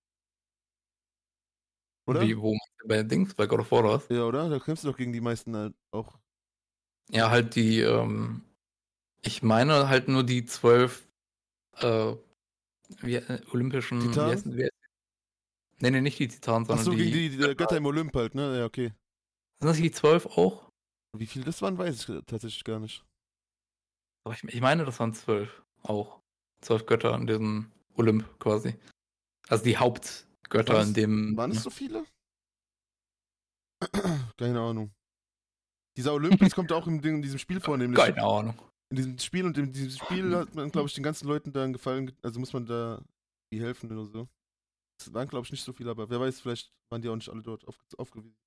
Oder?
Wie, wo meinst du bei Dings, bei God of War oder was?
Ja, oder? Da kämpfst du doch gegen die meisten halt auch.
Ja, halt die, ähm, ich meine halt nur die zwölf äh, wie, äh, olympischen, wie
Titan?
heißen wie, nee, nee, nicht die Titanen,
Ach
sondern
so, gegen
die
die, die äh, Götter im Olymp halt, ne? Ja, okay.
Sind das die zwölf auch?
Wie viel das waren, weiß ich tatsächlich gar nicht.
Aber ich, ich meine, das waren zwölf auch. Zwölf Götter in diesem Olymp quasi. Also die Hauptgötter
Waren
in
es,
dem.
waren es so viele? Keine Ahnung. Dieser Olympus kommt auch in, in diesem Spiel vor, nämlich.
Keine Ahnung.
In diesem Spiel und in diesem Spiel hat man, glaube ich, den ganzen Leuten da einen Gefallen, also muss man da die helfen oder so. Es waren, glaube ich, nicht so viele, aber wer weiß, vielleicht waren die auch nicht alle dort auf, aufgewiesen.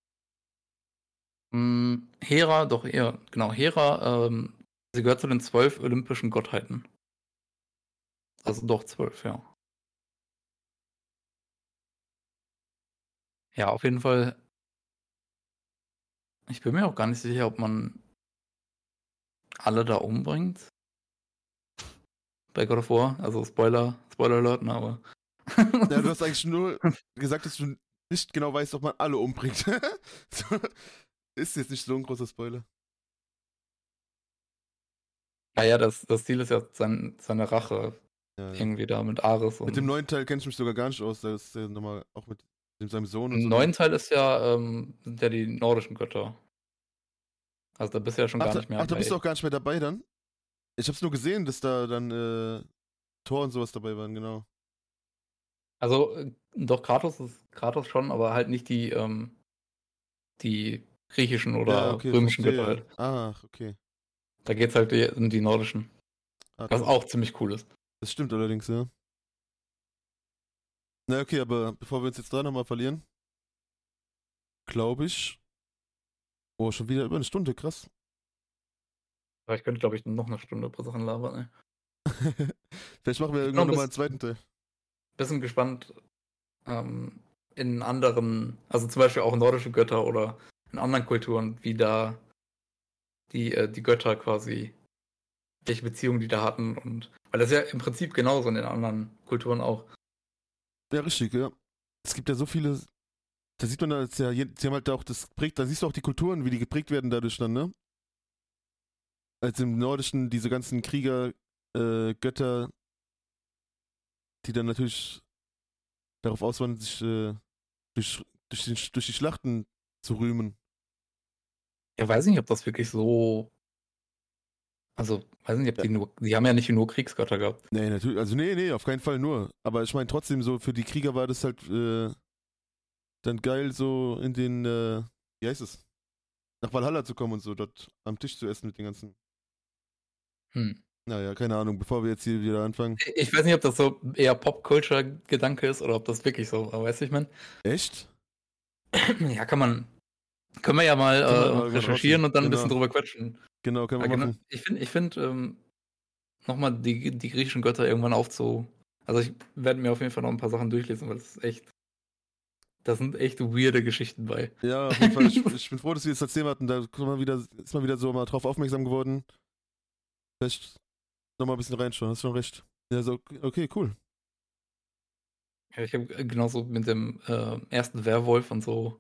Hm, Hera, doch eher, genau, Hera, ähm, sie gehört zu den zwölf olympischen Gottheiten. Also doch zwölf, ja. Ja, auf jeden Fall. Ich bin mir auch gar nicht sicher, ob man alle da umbringt. Bei God of War. Also Spoiler, Spoiler Alert, ne, aber.
Ja, du hast eigentlich nur gesagt, dass du nicht genau weißt, ob man alle umbringt. So, ist jetzt nicht so ein großer Spoiler.
Ja, ja, das, das Ziel ist ja sein, seine Rache.
Ja, ja.
Irgendwie da mit Ares und.
Mit dem neuen Teil kenne ich mich sogar gar nicht aus. Da ist ja nochmal auch mit dem, seinem Sohn und
Im
so.
neuen Teil ist ja, ähm, sind ja die nordischen Götter. Also da bist du ja schon
Ach,
gar
da,
nicht mehr
ach, da bist du
bei.
auch gar nicht mehr dabei dann? Ich hab's nur gesehen, dass da dann äh, Thor und sowas dabei waren, genau.
Also äh, doch Kratos ist Kratos schon, aber halt nicht die, ähm, die griechischen
Ja,
oder
okay,
römischen Götter
verstehe.
halt.
Ach, okay.
Da geht's halt die, um die nordischen.
Ah,
Was
top.
auch ziemlich cool ist.
Das stimmt allerdings, ja. Na, okay, aber bevor wir uns jetzt da nochmal verlieren, glaube ich. Oh, schon wieder über eine Stunde, krass.
Aber ich könnte, glaube ich, noch eine Stunde pro Sachen labern. Ne?
Vielleicht machen wir
Ich bin
irgendwann
noch
nochmal
ein
einen zweiten Teil.
bisschen gespannt ähm, in anderen, also zum Beispiel auch nordische Götter oder in anderen Kulturen, wie da die, äh, die Götter quasi, welche Beziehungen die da hatten und weil das ist ja im Prinzip genauso in den anderen Kulturen auch.
Ja, richtig, ja. Es gibt ja so viele. Da sieht man, da ist ja, je- sie haben halt auch das geprägt, da siehst du auch die Kulturen, wie die geprägt werden dadurch dann, ne? Als im Nordischen diese ganzen Krieger, äh, Götter, die dann natürlich darauf aus waren, sich äh, durch, durch, den, durch die Schlachten zu rühmen.
Ja, weiß nicht, ob das wirklich so, also weiß nicht, ob
Ja.
die nur, die haben ja nicht nur Kriegsgötter gehabt.
Nee, natürlich, also nee, nee, auf keinen Fall nur. Aber ich meine trotzdem so, für die Krieger war das halt äh, dann geil, so in den, äh, wie heißt es? Nach Valhalla zu kommen und so, dort am Tisch zu essen mit den ganzen.
Hm.
Naja, keine Ahnung, bevor wir jetzt hier wieder anfangen.
Ich weiß nicht, ob das so eher Pop-Culture-Gedanke ist oder ob das wirklich so war, weißt du, ich meine?
Echt?
Ja, kann man, können wir ja mal
Können wir
äh,
mal irgendwann
recherchieren
rausfinden.
und dann ein
Genau,
bisschen drüber quatschen.
genau, können
Ja,
wir
genau.
machen.
Ich finde, ich find, ähm, nochmal die, die griechischen Götter irgendwann aufzu. Also ich werde mir auf jeden Fall noch ein paar Sachen durchlesen, weil das ist echt, da sind echt weirde Geschichten bei.
Ja, auf jeden Fall. Ich, ich bin froh, dass wir das Thema hatten. Da kommt man wieder, ist man wieder so mal drauf aufmerksam geworden. Vielleicht nochmal ein bisschen reinschauen, hast schon recht. Ja, so, okay, cool.
Ja, ich habe genauso mit dem äh, ersten Werwolf und so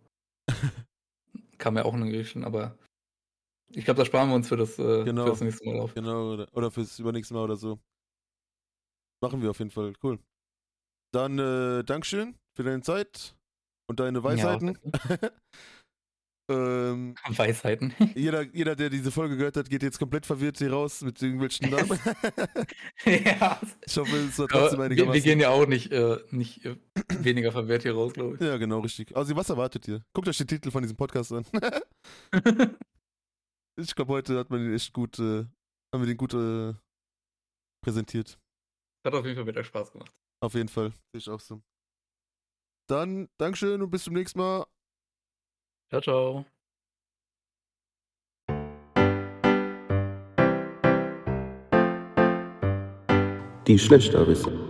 kam ja auch in den Griechischen, aber ich glaube, da sparen wir uns für das, äh, für
Genau,
das nächste Mal auf.
genau. Oder, oder fürs übernächste Mal oder so. Machen wir auf jeden Fall. Cool. Dann äh, Dankeschön für deine Zeit und deine Weisheiten.
Ja,
ähm,
Weisheiten.
jeder, jeder, der diese Folge gehört hat, geht jetzt komplett verwirrt hier raus mit irgendwelchen Namen.
Ja.
Ich hoffe, es war
Aber
trotzdem
wir,
einigermaßen.
wir gehen ja auch nicht, äh, nicht äh, weniger verwirrt hier raus, glaube ich.
Ja, genau, richtig. Also, was erwartet ihr? Guckt euch den Titel von diesem Podcast an. Ich glaube, heute hat man den echt gut, äh, haben wir den gut äh, präsentiert.
Hat auf jeden Fall wieder Spaß gemacht.
Auf jeden Fall. Sehe ich auch so. Dann, Dankeschön und bis zum nächsten Mal.
Ciao, ciao.
Die Schlechterbisse.